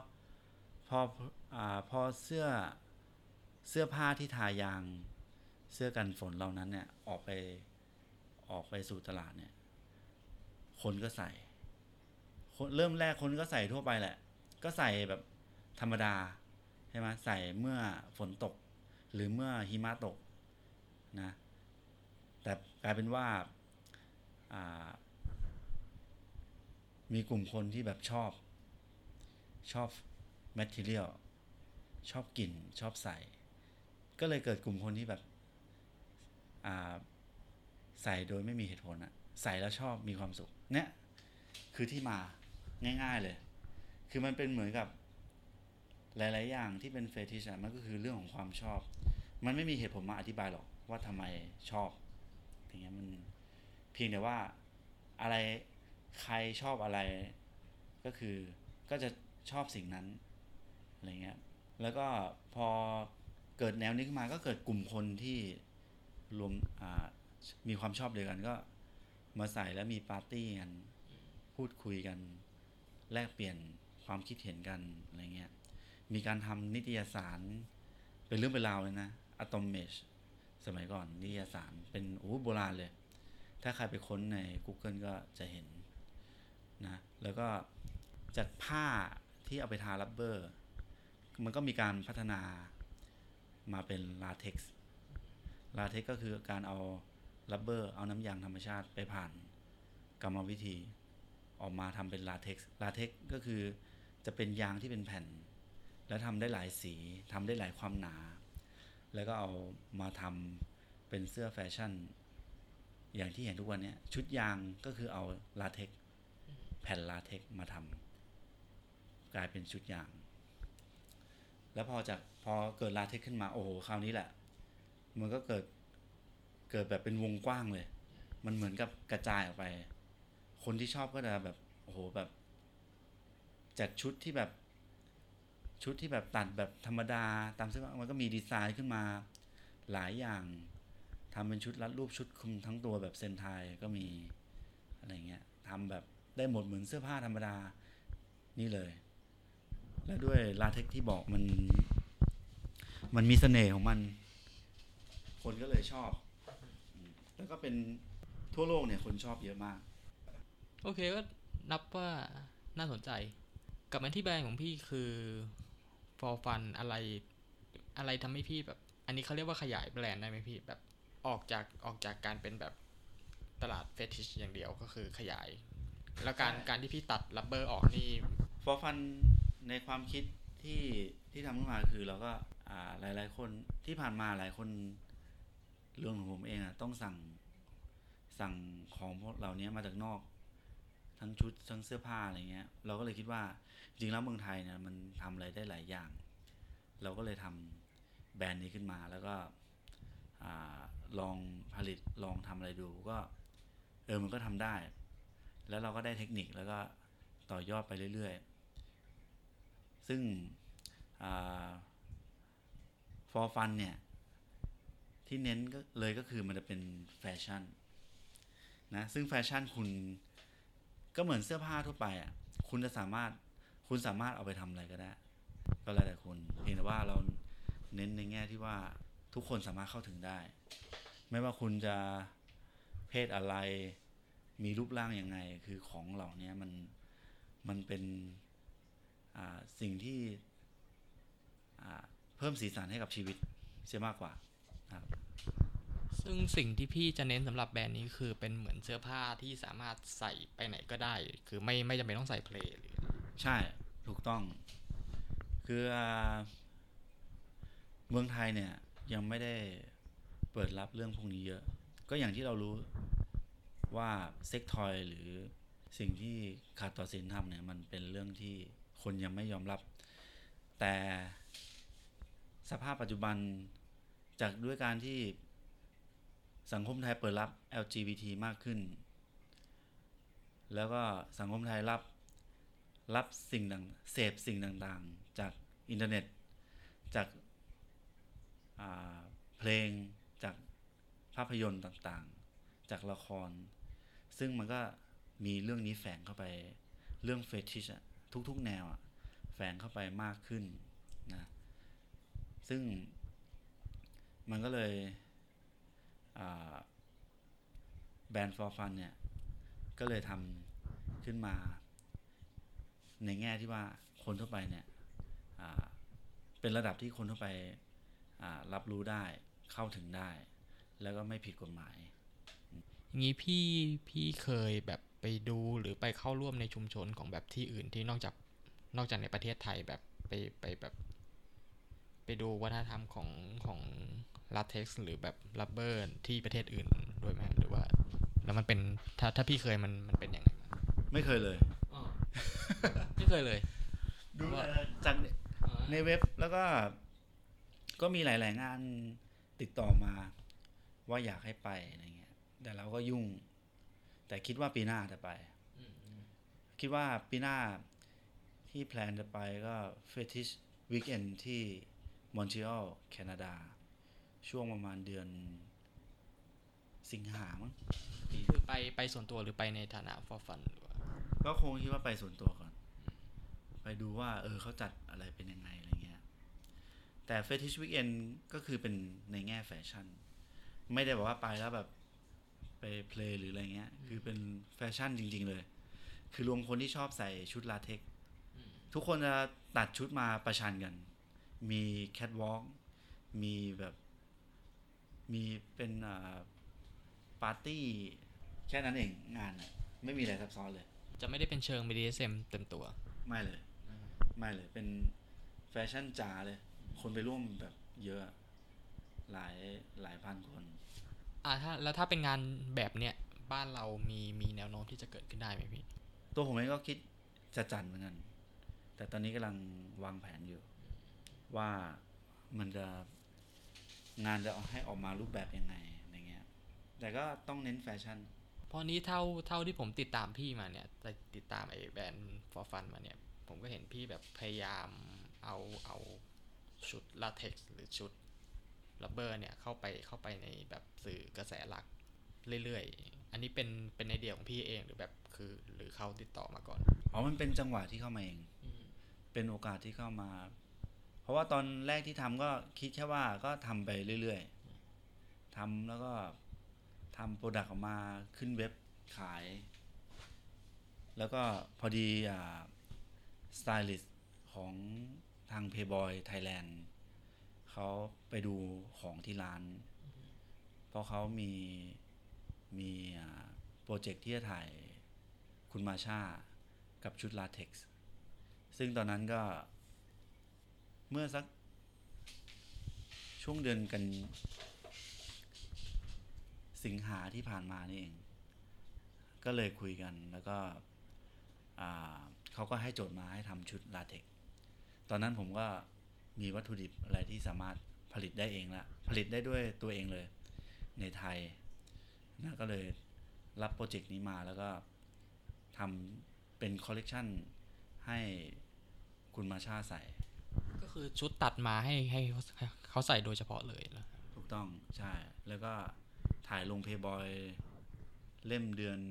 พอเสื้อผ้าที่ทายางเสื้อกันฝนเหล่านั้นเนี่ยออกไปสู่ตลาดเนี่ยคนก็ใส่เริ่มแรกคนก็ใส่ทั่วไปแหละก็ใส่แบบธรรมดาใช่ไหมใส่เมื่อฝนตกหรือเมื่อหิมะตกนะแต่กลายเป็นว่ามีกลุ่มคนที่แบบชอบ material ชอบกลิ่นชอบใส่ก็เลยเกิดกลุ่มคนที่แบบใส่โดยไม่มีเหตุผลอะใส่แล้วชอบมีความสุขเนี่ยคือที่มาง่ายๆเลยคือมันเป็นเหมือนกับหลายๆอย่างที่เป็นเฟติชอะมันก็คือเรื่องของความชอบมันไม่มีเหตุผลมาอธิบายหรอกว่าทำไมชอบอย่างเงี้ยมันเพียงแต่ว่าอะไรใครชอบอะไรก็คือก็จะชอบสิ่งนั้นอะไรเงี้ยแล้วก็พอเกิดแนวนี้ขึ้นมาก็เกิดกลุ่มคนที่รวมมีความชอบเดียวกันก็มาใส่แล้วมีปาร์ตี้กันพูดคุยกันแลกเปลี่ยนความคิดเห็นกันอะไรเงี้ยมีการทำนิตยสารเป็นเรื่องเป็นราวเลยนะอะตอมเมชสมัยก่อนนิตยสารเป็นโบราณเลยถ้าใครไปค้นใน Google ก็จะเห็นนะแล้วก็จากผ้าที่เอาไปทารับเบอร์มันก็มีการพัฒนามาเป็นลาเท็กซ์ก็คือการเอารับเบอร์เอาน้ำยางธรรมชาติไปผ่านกรรมวิธีออกมาทำเป็นลาเท็กซ์ก็คือจะเป็นยางที่เป็นแผ่นแล้วทำได้หลายสีทำได้หลายความหนาแล้วก็เอามาทำเป็นเสื้อแฟชั่นอย่างที่เห็นทุกวันนี้ชุดยางก็คือเอาลาเท็กซ์แผ่นลาเท็กซ์มาทำกลายเป็นชุดยางแล้วพอเกิดลาเท็กซ์ขึ้นมาโอ้โหคราวนี้แหละมันก็เกิดแบบเป็นวงกว้างเลยมันเหมือนกับกระจายออกไปคนที่ชอบก็จะแบบโอ้โหแบบจากชุดที่แบบตัดแบบธรรมดาตามเสื้อมันก็มีดีไซน์ขึ้นมาหลายอย่างทำเป็นชุดรัดรูปชุดคลุมทั้งตัวแบบเซนไทก็มีอะไรเงี้ยทำแบบได้หมดเหมือนเสื้อผ้าธรรมดานี่เลยและด้วยลาเท็กซ์ที่บอกมันมีเสน่ห์ของมันคนก็เลยชอบแล้วก็เป็นทั่วโลกเนี่ยคนชอบเยอะมาก
โอเคก็นับว่าน่าสนใจกับมาที่แบรนด์ของพี่คือ for fun อะไรทำให้พี่แบบอันนี้เขาเรียกว่าขยายแบรนด์ได้ไหมพี่แบบออกจากการเป็นแบบตลาดเฟติชอย่างเดียวก็คือขยายแล้วการที่พี่ตัดรับเบอร์ออกนี่
for fun ในความคิดที่ทำขึ้นมาคือเราก็หลายๆคนที่ผ่านมาหลายคนเรื่องของผมเองต้องสั่งของพวกเหล่านี้มาจากนอกทั้งชุดทั้งเสื้อผ้าอะไรเงี้ยเราก็เลยคิดว่าจริงแล้วเมืองไทยเนี่ยมันทำอะไรได้หลายอย่างเราก็เลยทำแบรนด์นี้ขึ้นมาแล้วก็ลองผลิตลองทำอะไรดูก็มันก็ทำได้แล้วเราก็ได้เทคนิคแล้วก็ต่อยอดไปเรื่อยๆซึ่งfor fun เนี่ยที่เน้นก็คือมันจะเป็นแฟชั่นนะซึ่งแฟชั่นคุณก็เหมือนเสื้อผ้าทั่วไปคุณสามารถเอาไปทำอะไรก็ได้ก็แล้วแต่คุณเพียงแต่ว่าเราเน้นในแง่ที่ว่าทุกคนสามารถเข้าถึงได้ไม่ว่าคุณจะเพศอะไรมีรูปร่างยังไงคือของเหล่านี้มันเป็นสิ่งที่เพิ่มสีสันให้กับชีวิตเสียมากกว่าครับ
ซึ่งสิ่งที่พี่จะเน้นสำหรับแบรนด์นี้คือเป็นเหมือนเสื้อผ้าที่สามารถใส่ไปไหนก็ได้คือไม่จำเป็นต้องใส่เพลย์หรือ
ใช่ถูกต้องคือเมืองไทยเนี่ยยังไม่ได้เปิดรับเรื่องพวกนี้เยอะก็อย่างที่เรารู้ว่าเซ็กทอยหรือสิ่งที่ขาดต่อศีลธรรมเนี่ยมันเป็นเรื่องที่คนยังไม่ยอมรับแต่สภาพปัจจุบันจากด้วยการที่สังคมไทยเปิดรับ LGBT มากขึ้นแล้วก็สังคมไทยรับสิ่งต่างเสพสิ่งต่างๆจากอินเทอร์เน็ตจากเพลงจากภาพยนตร์ต่างๆจากละครซึ่งมันก็มีเรื่องนี้แฝงเข้าไปเรื่องเฟติชอะทุกๆแนวอะแฝงเข้าไปมากขึ้นนะซึ่งมันก็เลยแบรนด์ for fun เนี่ยก็เลยทำขึ้นมาในแง่ที่ว่าคนทั่วไปเนี่ยเป็นระดับที่คนทั่วไปรับรู้ได้เข้าถึงได้แล้วก็ไม่ผิดกฎหมาย
อย่างนี้พี่เคยแบบไปดูหรือไปเข้าร่วมในชุมชนของแบบที่อื่นที่นอกจากในประเทศไทยแบบไปแบบไปดูวัฒนธรรมของลาเท็กซ์หรือแบบรับเบอร์ที่ประเทศอื่นด้วยไหมหรือว่าแล้วมันเป็นถ้าพี่เคยมันเป็นยังไง
ไม่เคยเลย
ไม่เคยเลย
ดูจากในเว็บแล้วก็มีหลายๆงานติดต่อมาว่าอยากให้ไปอะไรเงี้ยแต่เราก็ยุ่งแต่คิดว่าปีหน้าจะไปคิดว่าปีหน้าที่แพลนจะไปก็ Fetish Weekend ที่มอนทรีออลแคนาดาช่วงประมาณเดือนสิงหามั้ง
คือไปส่วนตัวหรือไปในฐานะ for fun หรือว่า
ก็คงคิดว่าไปส่วนตัวก่อนไปดูว่าเขาจัดอะไรเป็นยังไงอะไรเงี้ยแต่ Fetish Weekend ก็คือเป็นในแง่แฟชั่นไม่ได้บอกว่าไปแล้วแบบไปเพลย์หรืออะไรเงี้ยคือเป็นแฟชั่นจริงๆเลยคือรวมคนที่ชอบใส่ชุดลาเท็กซ์ทุกคนจะตัดชุดมาประชันกันมีแคทวอล์กมีแบบมีเป็นปาร์ตี้แค่นั้นเองงานน่ะไม่มีอะไรซับซ้อนเลย
จะไม่ได้เป็นเชิง BDSM เต็มตัว
ไม่เลยเป็นแฟชั่นจ๋าเลยคนไปร่วมแบบเยอะหลายพันคน
ถ้าเป็นงานแบบเนี้ยบ้านเรามีแนวโน้มที่จะเกิดขึ้นได้ไหมพี่
ตัวผมเองก็คิดจะจัดเหมือนกันแต่ตอนนี้กำลังวางแผนอยู่ว่ามันจะงานจะให้ออกมารูปแบบยังไงอะไรเงี้ยแต่ก็ต้องเน้นแฟชั่น
เพราะนี้เท่าที่ผมติดตามพี่มาเนี่ยติดตามไอ้แบรนด์ for fun มาเนี่ยผมก็เห็นพี่แบบพยายามเอาชุดลาเท็กซ์หรือชุดรับเบอร์เนี่ยเข้าไปในแบบสื่อกระแสหลักเรื่อยๆอันนี้เป็นไอเดียของพี่เองหรือแบบคือหรือเขาติดต่อมาก่อน
มันเป็นจังหวะที่เข้ามาเองเป็นโอกาสที่เข้ามาเพราะว่าตอนแรกที่ทำก็คิดแค่ว่าก็ทำไปเรื่อยๆทำแล้วก็ทำโปรดักต์ออกมาขึ้นเว็บขายแล้วก็พอดีสไตลิสต์ของทาง Playboy Thailand เขาไปดูของที่ร้านเพราะเขามีโปรเจกต์ที่จะถ่ายคุณมาชากับชุดลาเท็กซ์ซึ่งตอนนั้นก็เมื่อสักช่วงเดือนกันสิงหาที่ผ่านมานี่เองก็เลยคุยกันแล้วก็เขาก็ให้โจทย์มาให้ทำชุดลาเท็กซ์ตอนนั้นผมก็มีวัตถุดิบอะไรที่สามารถผลิตได้เองละผลิตได้ด้วยตัวเองเลยในไทยนะก็เลยรับโปรเจกต์นี้มาแล้วก็ทำเป็นคอลเลกชันให้คุณมาชาใส่
ก็คือชุดตัดมาให้เขาใส่โดยเฉพาะเลยเหรอ
ถูกต้องใช่แล้วก็ถ่ายลงเพย์บอยเล่มเดือน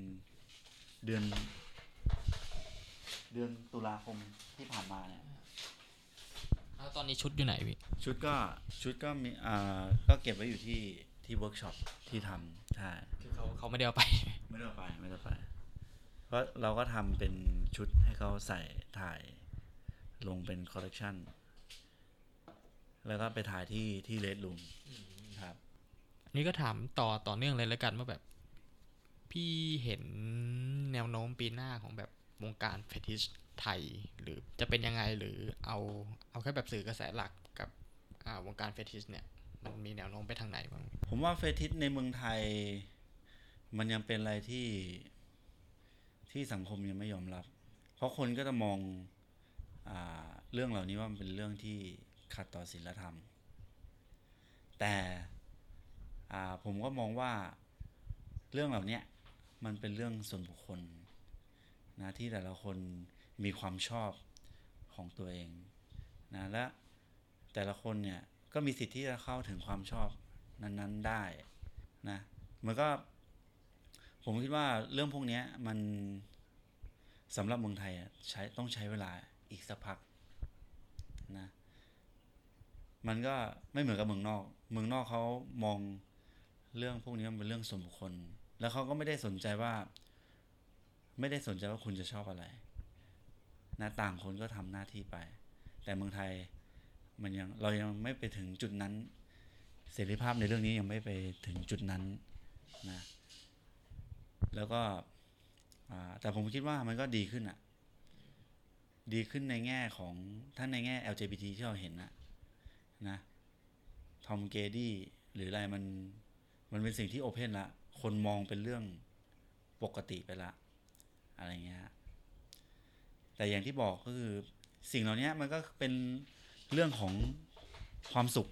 ตุลาคมที่ผ่านมาเนี่ย
แล้วตอนนี้ชุดอยู่ไหนพี่
ชุดก็มีก็เก็บไว้อยู่ที่เวิร์กช็อปที่ทำใช่
คือเขาไม่ได้เอาไป
ไม่ได้ไปเพราะเราก็ทำเป็นชุดให้เขาใส่ถ่ายลงเป็นคอลเลกชันแล้วก็ไปถ่ายที่เรดรูมครับ
อันนี้ก็ถามต่อเนื่องเลยแล้วกันว่าแบบพี่เห็นแนวโน้มปีหน้าของแบบวงการเฟติชไทยหรือจะเป็นยังไงหรือเอาแค่แบบสื่อกระแสหลักกับวงการเฟติชเนี่ยมันมีแนวโน้มไปทางไหนบ้าง
ผมว่าเฟติชในเมืองไทยมันยังเป็นอะไรที่สังคมยังไม่ยอมรับเพราะคนก็จะมองเรื่องเหล่านี้ว่ามันเป็นเรื่องที่ขัดต่อศีลธรรมแต่ผมก็มองว่าเรื่องเหล่านี้มันเป็นเรื่องส่วนบุคคลนะที่แต่ละคนมีความชอบของตัวเองนะและแต่ละคนเนี่ยก็มีสิทธิ์ที่จะเข้าถึงความชอบนั้นๆได้นะมันก็ผมคิดว่าเรื่องพวกนี้มันสำหรับเมืองไทยต้องใช้เวลาอีกสักพักนะมันก็ไม่เหมือนกับเมืองนอกเขามองเรื่องพวกนี้มันเป็นเรื่องส่วนบุคคลแล้วเขาก็ไม่ได้สนใจว่าคุณจะชอบอะไรนะต่างคนก็ทำหน้าที่ไปแต่เมืองไทยเรายังไม่ไปถึงจุดนั้นเสรีภาพในเรื่องนี้ยังไม่ไปถึงจุดนั้นนะแล้วก็แต่ผมคิดว่ามันก็ดีขึ้นดีขึ้นในแง่ของท่านในแง่ LGBT ที่เราเห็นนะทอมเกดี้หรืออะไรมันเป็นสิ่งที่โอเพนละคนมองเป็นเรื่องปกติไปละอะไรเงี้ยแต่อย่างที่บอกก็คือสิ่งเหล่านี้มันก็เป็นเรื่องของความสุข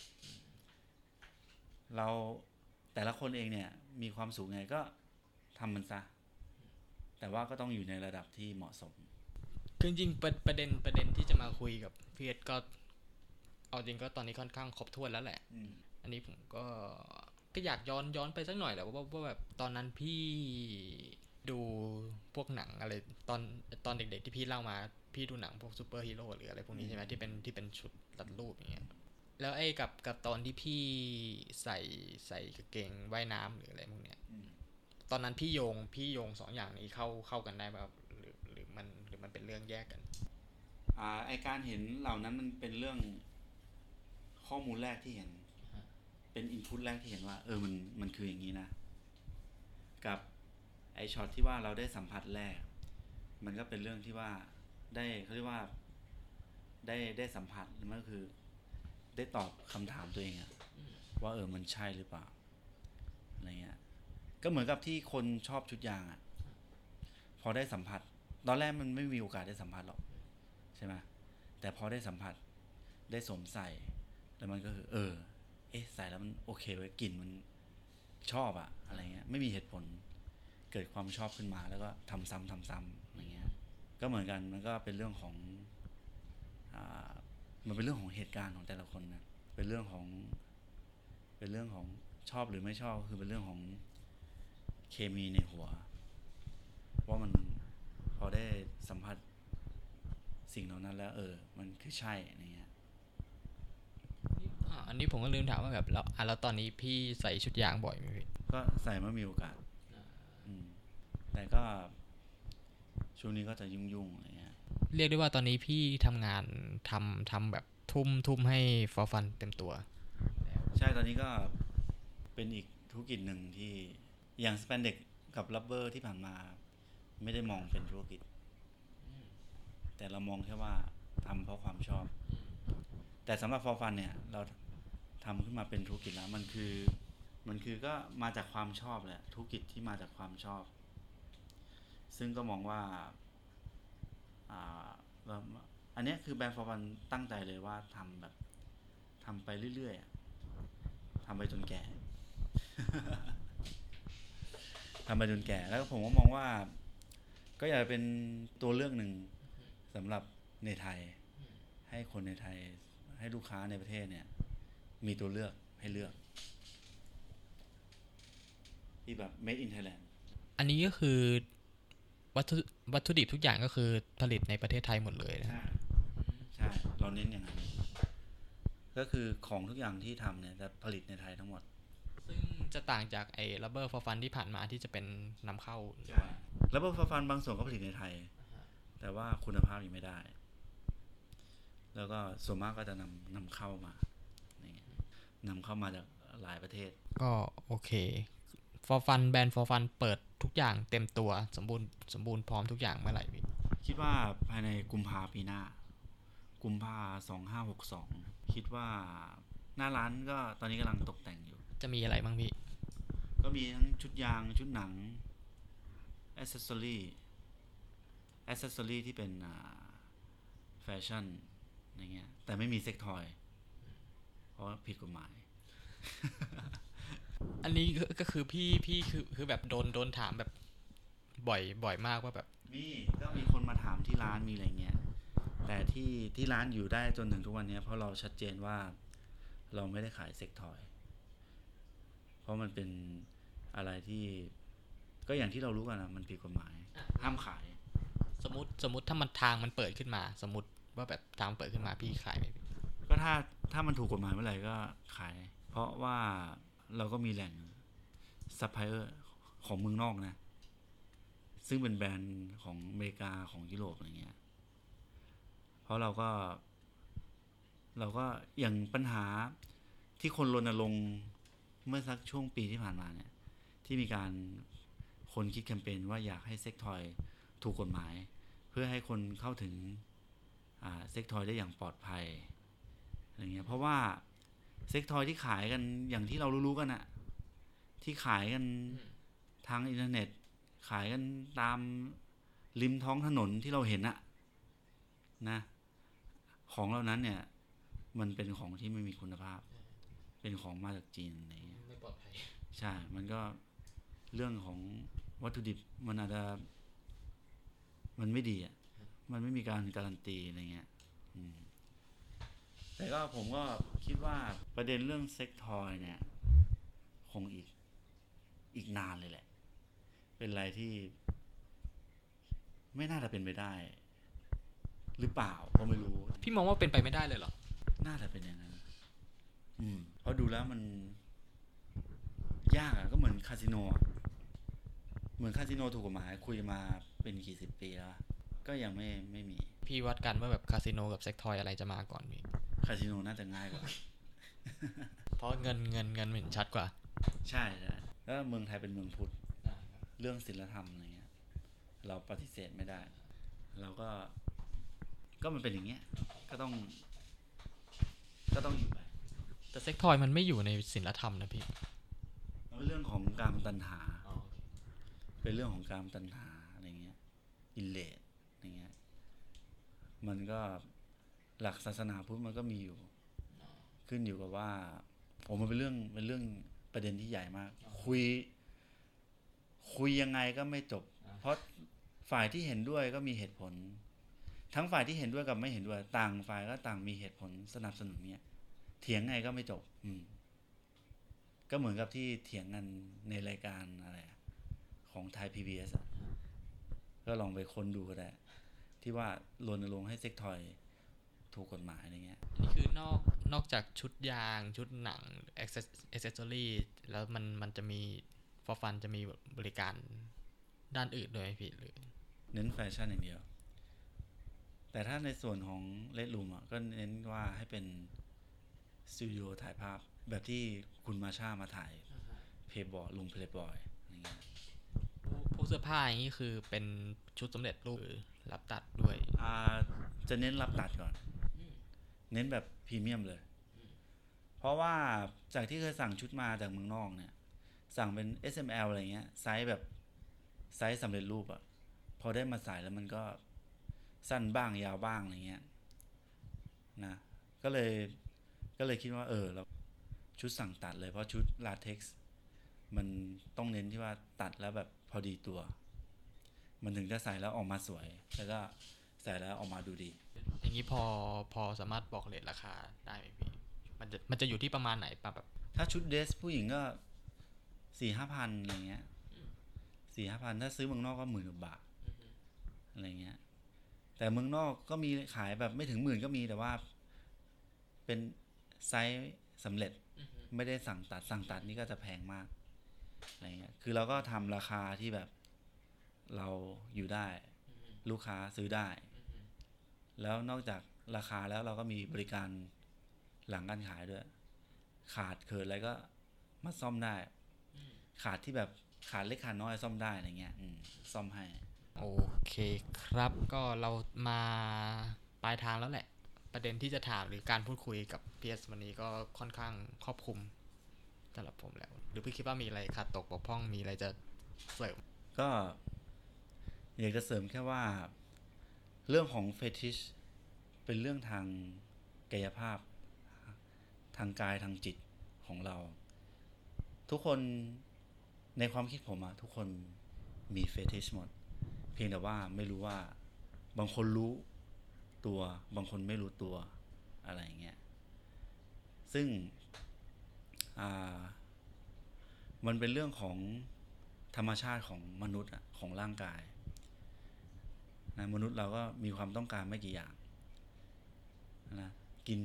เราแต่ละคนเองเนี่ยมีความสุขไงก็ทำมันซะแต่ว่าก็ต้องอยู่ในระดับที่เหมาะสม
คือจริงประเด็นที่จะมาคุยกับพี่เอสก็เอาจริงก็ตอนนี้ค่อนข้างครบถ้วนแล้วแหละอันนี้ผมก็อยากย้อนไปสักหน่อยแหละว่าแบบตอนนั้นพี่ดูพวกหนังอะไรตอนเด็กๆที่พี่เล่ามาพี่ดูหนังพวกซูเปอร์ฮีโร่หรืออะไรพวกนี้ใช่ไหมที่เป็นชุดตัดรูปอย่างเงี้ยแล้วไอ้กับตอนที่พี่ใส่กางเกงว่ายน้ำหรืออะไรพวกเนี้ยตอนนั้นพี่โยงสองอย่างนี้เข้ากันได้ไหมครับหรือมันเป็นเรื่องแยกกัน
ไอการเห็นเหล่านั้นมันเป็นเรื่องข้อมูลแรกที่เห็นเป็นอินพุตแรกที่เห็นว่ามันคืออย่างนี้นะกับไอช็อตที่ว่าเราได้สัมผัสแรกมันก็เป็นเรื่องที่ว่าได้เขาเรียกว่าได้สัมผัสมันก็คือได้ตอบคำถามตัวเองว่ามันใช่หรือเปล่าอะไรเงี้ยก็เหมือนกับที่คนชอบชุดยางพอได้สัมผัสตอนแรกมันไม่มีโอกาสได้สัมผัสหรอกใช่ไหมแต่พอได้สัมผัสได้สวมใส่แล้วมันก็คือใส่แล้วมันโอเคเว้ยกลิ่นมันชอบอะไรเงี้ยไม่มีเหตุผลเกิดความชอบขึ้นมาแล้วก็ทำซ้ำอะไรเงี้ยก็เหมือนกันมันก็เป็นเรื่องของมันเป็นเรื่องของเหตุการณ์ของแต่ละคนนะเป็นเรื่องของชอบหรือไม่ชอบคือเป็นเรื่องของเคมีในหัวว่ามันพอได้สัมผัสสิ่งเหล่านั้นแล้วมันคือใช่อะไรเงี้ย
อันนี้ผมก็ลืมถามว่าแบบแล้วตอนนี้พี่ใส่ชุดยางบ่อยไหมพี่
ก็ใส่เมื่อมีโอกาสแต่ก็ช่วงนี้ก็จะยุ่งอะไรเงี้ย
เรียกได้ว่าตอนนี้พี่ทำงานทำแบบทุ่มให้ฟอร์ฟันเต็มตัว
ใช่ตอนนี้ก็เป็นอีกธุรกิจหนึ่งที่อย่างสแปนเด็กกับรับเบอร์ที่ผ่านมาไม่ได้มองเป็นธุรกิจแต่เรามองแค่ว่าทำเพราะความชอบแต่สำหรับฟอร์ฟันเนี่ยเราทำขึ้นมาเป็นธุรกิจแล้วมันคือก็มาจากความชอบแหละธุรกิจที่มาจากความชอบซึ่งก็มองว่าอันนี้คือแบรนด์ฟอร์ฟันตั้งใจเลยว่าทำไปเรื่อยๆทำไปจนแก่ ทำไปจนแก่แล้วผมก็มองว่าก็อยากเป็นตัวเลือกหนึ่งสำหรับในไทยให้คนในไทยให้ลูกค้าในประเทศเนี่ยมีตัวเลือกให้เลือกที่แบบ made in Thailand
อันนี้ก็คือวัตถุดิบทุกอย่างก็คือผลิตในประเทศไทยหมดเลยนะ
ใช่เราเน้นอย่างนั้นก็คือของทุกอย่างที่ทำเนี่ยจะผลิตในไทยทั้งหมด
ซึ่งจะต่างจากไอ้ Rubber for Fun ที่ผ่านมาที่จะเป็นนำเข้า
ใช่ Rubber for Fun บางส่วนก็ผลิตในไทยแต่ว่าคุณภาพยังไม่ได้แล้วก็ส่วนมากก็จะนำเข้ามานำเข้ามาจากหลายประเทศ
ก็โอเค for fun แบรนด์ for fun เปิดทุกอย่างเต็มตัวสมบูรณ์พร้อมทุกอย่างเมื่อไหร่พี่
คิดว่าภายในกุมภาปีหน้ากุมภา2562คิดว่าหน้าร้านก็ตอนนี้กำลังตกแต่งอยู่
จะมีอะไรบ้างพี่
ก็มีทั้งชุดยางชุดหนังแอ c เซสซอรี่ที่เป็นแฟชั่นอะไรเงี้ยแต่ไม่มีเซ็กทอยเพราะผิดกฎหมาย
อันนี้ก็คือพี่คือแบบโดนถามแบบบ่อยมากว่าแบบ
มีก็มีคนมาถามที่ร้านมีอะไรเงี้ยแต่ที่ร้านอยู่ได้จนถึงทุกวันนี้เพราะเราชัดเจนว่าเราไม่ได้ขายเซ็กทอยเพราะมันเป็นอะไรที่ก็อย่างที่เรารู้กันนะมันผิดกฎหมายห้ามขาย
สมมติถ้ามันทางมันเปิดขึ้นมาสมมติว่าแบบทางเปิดขึ้นมาพี่ขายไหมพี่
ก็ถ้ามันถูกกฎหมายเมื่อไหร่ก็ขายเพราะว่าเราก็มีแหล่งซัพพลายเออร์ของเมืองนอกนะซึ่งเป็นแบรนด์ของอเมริกาของยุโรปอะไรเงี้ยเพราะเราก็อย่างปัญหาที่คนรณรงค์เมื่อสักช่วงปีที่ผ่านมาเนี่ยที่มีการคนคิดแคมเปญว่าอยากให้เซ็กทอยถูกกฎหมายเพื่อให้คนเข้าถึงเซ็กทอยได้อย่างปลอดภัยอะไรเงี้ยเพราะว่าเซ็กทอยที่ขายกันอย่างที่เรารู้ๆกันอะที่ขายกันทางอินเทอร์เน็ตขายกันตามริมท้องถนนที่เราเห็นอะนะของเหล่านั้นเนี่ยมันเป็นของที่ไม่มีคุณภาพเป็นของมาจากจีนอะไรเงี้ย
ไม่ปลอดภัย
ใช่มันก็เรื่องของวัตถุดิบมันอาจจะมันไม่ดีอ่ะมันไม่มีการการันตีอะไรเงี้ยแต่ก็ผมก็คิดว่าประเด็นเรื่องเซ็กทอยเนี่ยคงอีกนานเลยแหละเป็นอะไรที่ไม่น่าจะเป็นไปได้หรือเปล่าก็ไม่รู้
พี่มองว่าเป็นไปไม่ได้เลยเหรอ
น่าจะเป็นอย่างนั้นเพราะดูแล้วมันยากอะก็เหมือนคาสิโนถูกกฎหมายคุยมาเป็นกี่สิบปีแล้วก็ยังไม่มี
พี่วัดกันว่าแบบคาสิโนกับเซ็กทอยอะไรจะมาก่อนพี่
คาสิโนน่าจะง่ายกว่า
เพราะเงินมันเห็นชัดกว่า
ใช่แล้วเมืองไทยเป็นเมืองพุทธเรื่องศีลธรรมอะไรเงี้ยเราปฏิเสธไม่ได้เราก็มันเป็นอย่างเงี้ยก็ต้องอยู่ไป
แต่เซ็กทอยมันไม่อยู่ในศีลธรรมนะพี่
เรื่องของกามตัณหาเป็นเรื่องของกามตัณหาอะไรเงี้ยอินเลสอะไรเงี้ยมันก็หลักศาสนาพุทธมันก็มีอยู่ขึ้นอยู่กับว่ามันเป็นเรื่องประเด็นที่ใหญ่มากคุยยังไงก็ไม่จบเพราะฝ่ายที่เห็นด้วยก็มีเหตุผลทั้งฝ่ายที่เห็นด้วยกับไม่เห็นด้วยต่างฝ่ายก็ต่างมีเหตุผลสนับสนุนเนี่ยเถียงไงก็ไม่จบก็เหมือนกับที่เถียงกันในรายการอะไรของไทย PBS ก็ลองไปค้นดูก็ได้ที่ว่ารณรงค์ให้เซ็กทอยถูกกฎหมายอะไรเงี้ย
นี่คือนอกจากชุดยางชุดหนังแอ c เซสซอรี่แล้วมันจะมีฟอร์ฟันจะมีบริการด้านอื่นด้วยพี่หรือ
เน้นแฟชั่นอย่างเดียวแต่ถ้าในส่วนของเลดรูมก็เน้นว่าให้เป็นสตูดิโอถ่ายภาพแบบที่คุณมาช่ามาถ่ายเพย์บอยลงเพย์บอยอย่างเงี้ย
พวกเสื้อผ้าอย่างนี้คือเป็นชุดสำเร็จรูปรับตัดด้วย
จะเน้นรับตัดก่อนเน้นแบบพรีเมียมเลยเพราะว่าจากที่เคยสั่งชุดมาจากเมืองนอกเนี่ยสั่งเป็น SML อะไรเงี้ยไซส์สำเร็จรูปพอได้มาใส่แล้วมันก็สั้นบ้างยาวบ้างอะไรเงี้ยนะก็เลยคิดว่าเราชุดสั่งตัดเลยเพราะชุดลาเท็กซ์มันต้องเน้นที่ว่าตัดแล้วแบบพอดีตัวมันถึงจะใส่แล้วออกมาสวยแล้วก็ใส่แล้วออกมาดูดี
อย่างนี้พอสามารถบอกเรทราคาได้ไหมพี่มันจะอยู่ที่ประมาณไหนป่ะแบบ
ถ้าชุดเดรสผู้หญิงก็ 4-5 พันอะไรเงี้ย 4-5 พันถ้าซื้อเมืองนอกก็10,000 กว่าบาทอะไรเงี้ยแต่เมืองนอกก็มีขายแบบไม่ถึง10,000ก็มีแต่ว่าเป็นไซส์สำเร็จไม่ได้สั่งตัดนี่ก็จะแพงมากอะไรเงี้ยคือเราก็ทำราคาที่แบบเราอยู่ได้ลูกค้าซื้อได้แล้วนอกจากราคาแล้วเราก็มีบริการหลังการขายด้วยขาดเกิดอะไรก็มาซ่อมได้ขาดที่แบบขาดเล็กขาดน้อยซ่อมได้อะไรเงี้ยซ่อมให้
โอเคครับก็เรามาปลายทางแล้วแหละประเด็นที่จะถามหรือการพูดคุยกับพีเอสวันนี้ก็ค่อนข้างครอบคลุมสำหรับผมแล้วหรือพี่คิดว่ามีอะไรขาดตกบกพร่องมีอะไรจะเสริม
ก็อยากจะเสริมแค่ว่าเรื่องของเฟติชเป็นเรื่องทางกายภาพทางกายทางจิตของเราทุกคนในความคิดผมอะทุกคนมีเฟติชหมดเพียงแต่ว่าไม่รู้ว่าบางคนรู้ตัวบางคนไม่รู้ตัวอะไรอย่างเงี้ยซึ่งมันเป็นเรื่องของธรรมชาติของมนุษย์ของร่างกายนะมนุษย์เราก็มีความต้องการไม่กี่อย่างนะกิน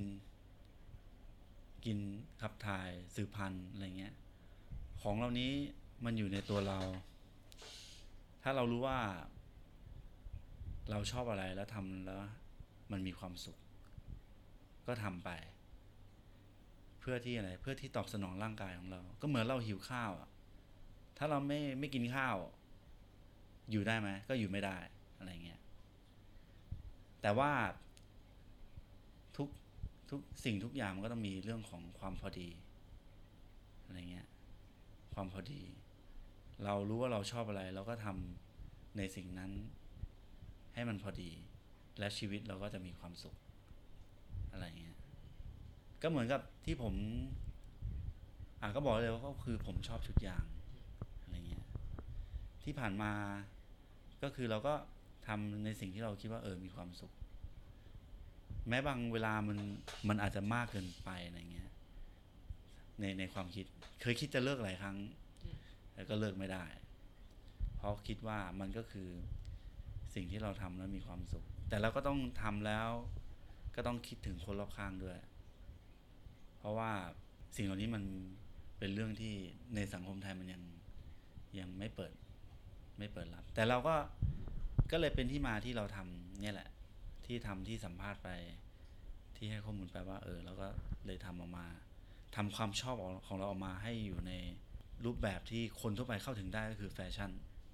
ขับถ่ายสืบพันธุ์อะไรเงี้ยของเหล่านี้มันอยู่ในตัวเราถ้าเรารู้ว่าเราชอบอะไรแล้วทำแล้วมันมีความสุขก็ทำไปเพื่อที่อะไรเพื่อที่ตอบสนองร่างกายของเราก็เหมือนเราหิวข้าวถ้าเราไม่กินข้าวอยู่ได้ไหมก็อยู่ไม่ได้อะไรเงี้ยแต่ว่าทุกสิ่งทุกอย่างมันก็ต้องมีเรื่องของความพอดีอะไรเงี้ยความพอดีเรารู้ว่าเราชอบอะไรเราก็ทำในสิ่งนั้นให้มันพอดีและชีวิตเราก็จะมีความสุขอะไรเงี้ยก็เหมือนกับที่ผมก็บอกเลยว่าก็คือผมชอบชุดยางอะไรเงี้ยที่ผ่านมาก็คือเราก็ทำในสิ่งที่เราคิดว่ามีความสุขแม้บางเวลามันอาจจะมากเกินไปอะไรเงี้ยในความคิดเคยคิดจะเลิกหลายครั้งแต่ก็เลิกไม่ได้เพราะคิดว่ามันก็คือสิ่งที่เราทำแล้วมีความสุขแต่เราก็ต้องทำแล้วก็ต้องคิดถึงคนรอบข้างด้วยเพราะว่าสิ่งเหล่านี้มันเป็นเรื่องที่ในสังคมไทยมันยังไม่เปิดรับแต่เราก็เลยเป็นที่มาที่เราทำเนี่ยแหละที่ทำที่สัมภาษณ์ไปที่ให้ข้อมูลไปว่าเราก็เลยทำออกมาทำความชอบของเราออกมาให้อยู่ในรูปแบบที่คนทั่วไปเข้าถึงได้ก็คือแฟชั่น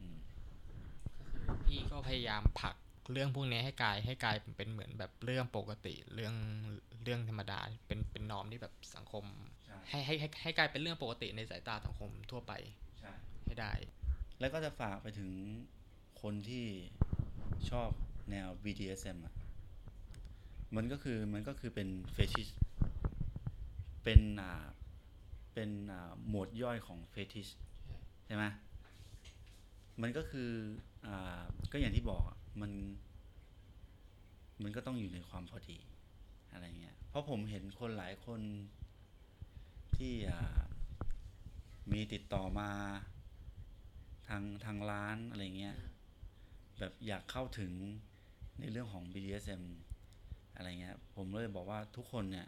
พี่ก็พยายามผลักเรื่องพวกนี้ให้กลายเป็นเหมือนแบบเรื่องปกติเรื่องธรรมดาเป็นนอมที่แบบสังคมให้กลายเป็นเรื่องปกติในสายตาสังคมทั่วไปให้ได้
แล้วก็จะฝากไปถึงคนที่ชอบแนว BDSM มันก็คือเป็นเฟติชเป็นหมวดย่อยของเฟติชใช่ไหมมันก็คือก็อย่างที่บอกมันก็ต้องอยู่ในความพอดีอะไรเงี้ยเพราะผมเห็นคนหลายคนที่มีติดต่อมาทางร้านอะไรเงี้ยแบบอยากเข้าถึงในเรื่องของ BDSM อะไรเงี้ยผมเลยบอกว่าทุกคนเนี่ย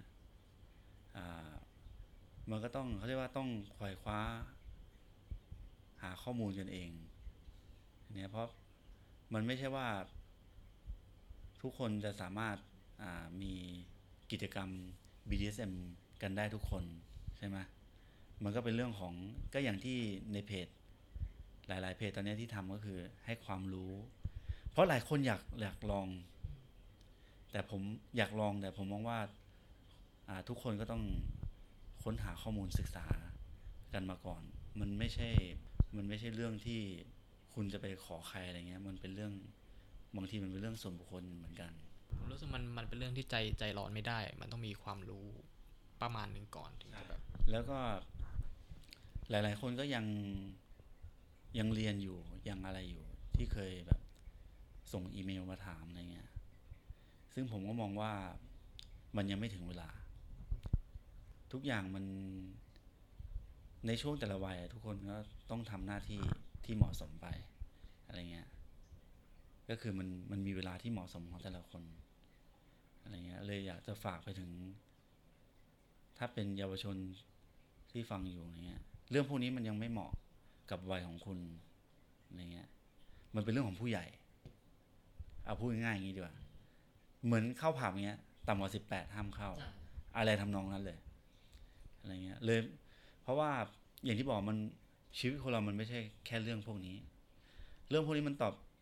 มันก็ต้องเขาเรียกว่าต้องไขว่คว้าหาข้อมูลกันเองเนี่ยเพราะมันไม่ใช่ว่าทุกคนจะสามารถมีกิจกรรม BDSM กันได้ทุกคนใช่ไหมมันก็เป็นเรื่องของก็อย่างที่ในเพจหลายๆเพจตอนนี้ที่ทำก็คือให้ความรู้เพราะหลายคนอยากลองแต่ผมอยากลองแต่ผมมองว่าทุกคนก็ต้องค้นหาข้อมูลศึกษากันมาก่อนมันไม่ใช่เรื่องที่คุณจะไปขอใครอะไรเงี้ยมันเป็นเรื่องบางทีมันเป็นเรื่องส่วนบุคคลเหมือนกัน
ผมรู้สึกมันเป็นเรื่องที่ใจร้อนไม่ได้มันต้องมีความรู้ประมาณหนึ่งก่อนถึงจะแบบ
แล้วก็หลายๆคนก็ยังเรียนอยู่ยังอะไรอยู่ที่เคยแบบส่งอีเมลมาถามอะไรเงี้ยซึ่งผมก็มองว่ามันยังไม่ถึงเวลาทุกอย่างมันในช่วงแต่ละวัยทุกคนก็ต้องทำหน้าที่ที่เหมาะสมไปอะไรเงี้ยก็คือมันมีเวลาที่เหมาะสมของแต่ละคนอะไรเงี้ยเลยอยากจะฝากไปถึงถ้าเป็นเยาวชนที่ฟังอยู่เงี้ยเรื่องพวกนี้มันยังไม่เหมาะกับวัยของคุณอะไรเงี้ยมันเป็นเรื่องของผู้ใหญ่เอาพูดง่ายๆอย่างนี้ดีกว่าเหมือนเข้าผับเงี้ยต่ำกว่า18ห้ามเข้าอะไรทำนองนั้นเลยอะไรเงี้ยเลยเพราะว่าอย่างที่บอกมันชีวิตคนเรามันไม่ใช่แค่เรื่องพวกนี้มันตอบพ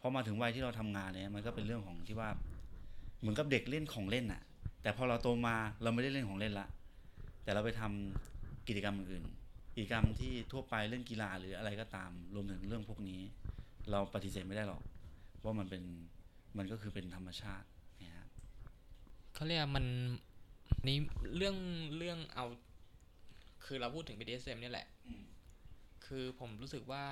อมาถึงวัยที่เราทำงานเนี่ยมันก็เป็นเรื่องของที่ว่าเหมือนกับเด็กเล่นของเล่นน่ะแต่พอเราโตมาเราไม่ได้เล่นของเล่นละแต่เราไปทำกิจกรรมอื่นกิจกรรมที่ทั่วไปเล่นกีฬาหรืออะไรก็ตามรวมถึงเรื่องพวกนี้เราปฏิเสธไม่ได้หรอกว่ามันก็คือเป็นธรรมชาตินะฮะ
เขาเรียกมันนี้เรื่องเอาคือเราพูดถึง BDSM เนี่ยแหละคือผมรู้สึกว่า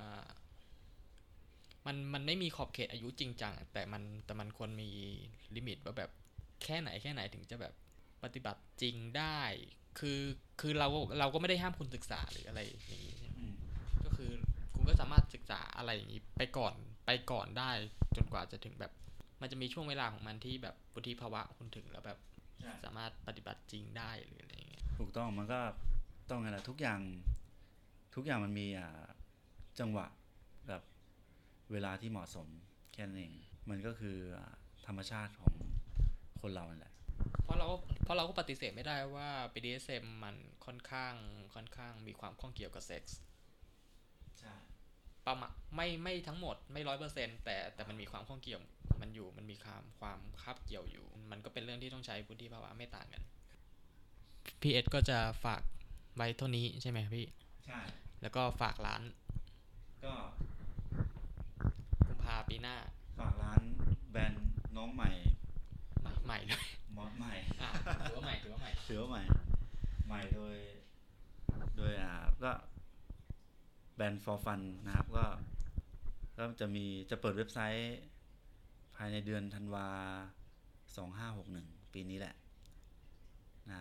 มันไม่มีขอบเขตอายุจริงจังแต่มันควรมีลิมิตว่าแบบแค่ไหนถึงจะแบบปฏิบัติจริงได้คือเราก็ไม่ได้ห้ามคุณศึกษาหรืออะไรอย่างนี้ก็คือคุณก็สามารถศึกษาอะไรอย่างนี้ไปก่อนได้จนกว่าจะถึงแบบมันจะมีช่วงเวลาของมันที่แบบวุฒิภาวะคุณถึงแล้วแบบสามารถปฏิบัติจริงได้หรืออะไรอย่างเงี้ย
ถูกต้องมันก็ต้องไงล่ะทุกอย่างมันมีจังหวะกับเวลาที่เหมาะสมแค่นั้นเองมันก็คือธรรมชาติของคนเราแหละ
เพราะเราก็ปฏิเสธไม่ได้ว่า BDSM มันค่อนข้างมีความข้องเกี่ยวกับเซ็กส์
ใช่
ประมาณไม่ทั้งหมดไม่100%แต่มันมีความข้องเกี่ยวมันมีความคาบเกี่ยวอยู่มันก็เป็นเรื่องที่ต้องใช้วุฒิภาวะไม่ต่างกันพี่เอสก็จะฝากไว้เท่านี้ใช่ไหมพี่
ใช่
แล้วก็ฝากร้าน
ก็
กุมภาปีหน้า
ฝากร้านแบรนด์น้องใหม่
ใหม่เลย
มอสใหม่
ถือว่าใหม่
ถือว่าใหม่โดยก็แบรนด์ for fun นะครับก็จะเปิดเว็บไซต์ภายในเดือนธันวา2561ปีนี้แหละนะ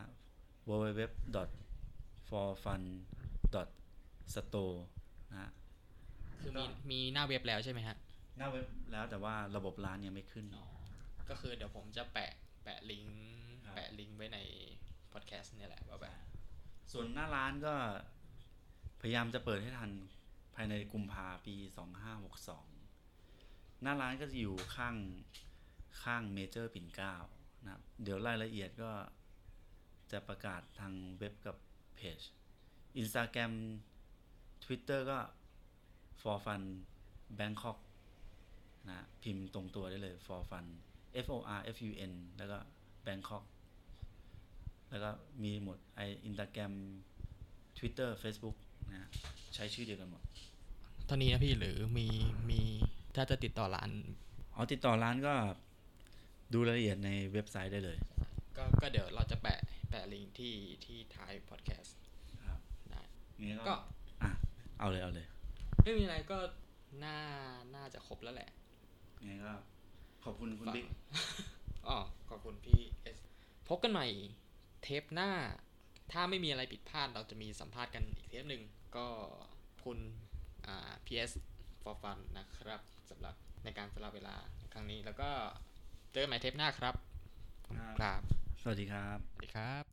www.forfun.store นะ
คือมีหน้าเว็บแล้วใช่ไหมฮะ
หน้าเว็บแล้วแต่ว่าระบบร้านยังไม่ขึ้น
ก็คือเดี๋ยวผมจะแปะลิงก์ไว้ในพอดแคสต์เนี่ยแหละว่าแบบ
ส่วนหน้าร้านก็พยายามจะเปิดให้ทันภายในกุมภาปี2562หน้าร้านก็จะอยู่ข้างเมเจอร์ปิ่นเกล้านะครับเดี๋ยวรายละเอียดก็จะประกาศทางเว็บกับเพจ Instagram Twitter ก็ for fun Bangkok นะพิมพ์ตรงตัวได้เลย for fun FORFUN แล้วก็ Bangkok แล้วก็มีหมดInstagram Twitter Facebook นะใช้ชื่อเดียวกันหมด
เท่านี้นะพี่หรือมีถ้าจะติดต่อร้าน
ติดต่อร้านก็ดูรายละเอียดในเว็บไซต์ได้เลย
ก็เดี๋ยวเราจะแปะลิงก์ที่ท้ายพอดแคสต์
ครับ
ได้
ก็เอาเลย
ไม่มีอะไรก็น่าจะครบแล้วแหละ
นี่ก็ขอบคุณบิ๊ก
ขอบคุณพี่เอสพบกันใหม่เทปหน้าถ้าไม่มีอะไรผิดพลาดเราจะมีสัมภาษณ์กันอีกเทปหนึ่งก็คุณPS for fun นะครับสำหรับในการสละเวลาครั้งนี้แล้วก็เจอกันใหม่เทปหน้าครับ
สวัสดีครับ
สวัสดีครับ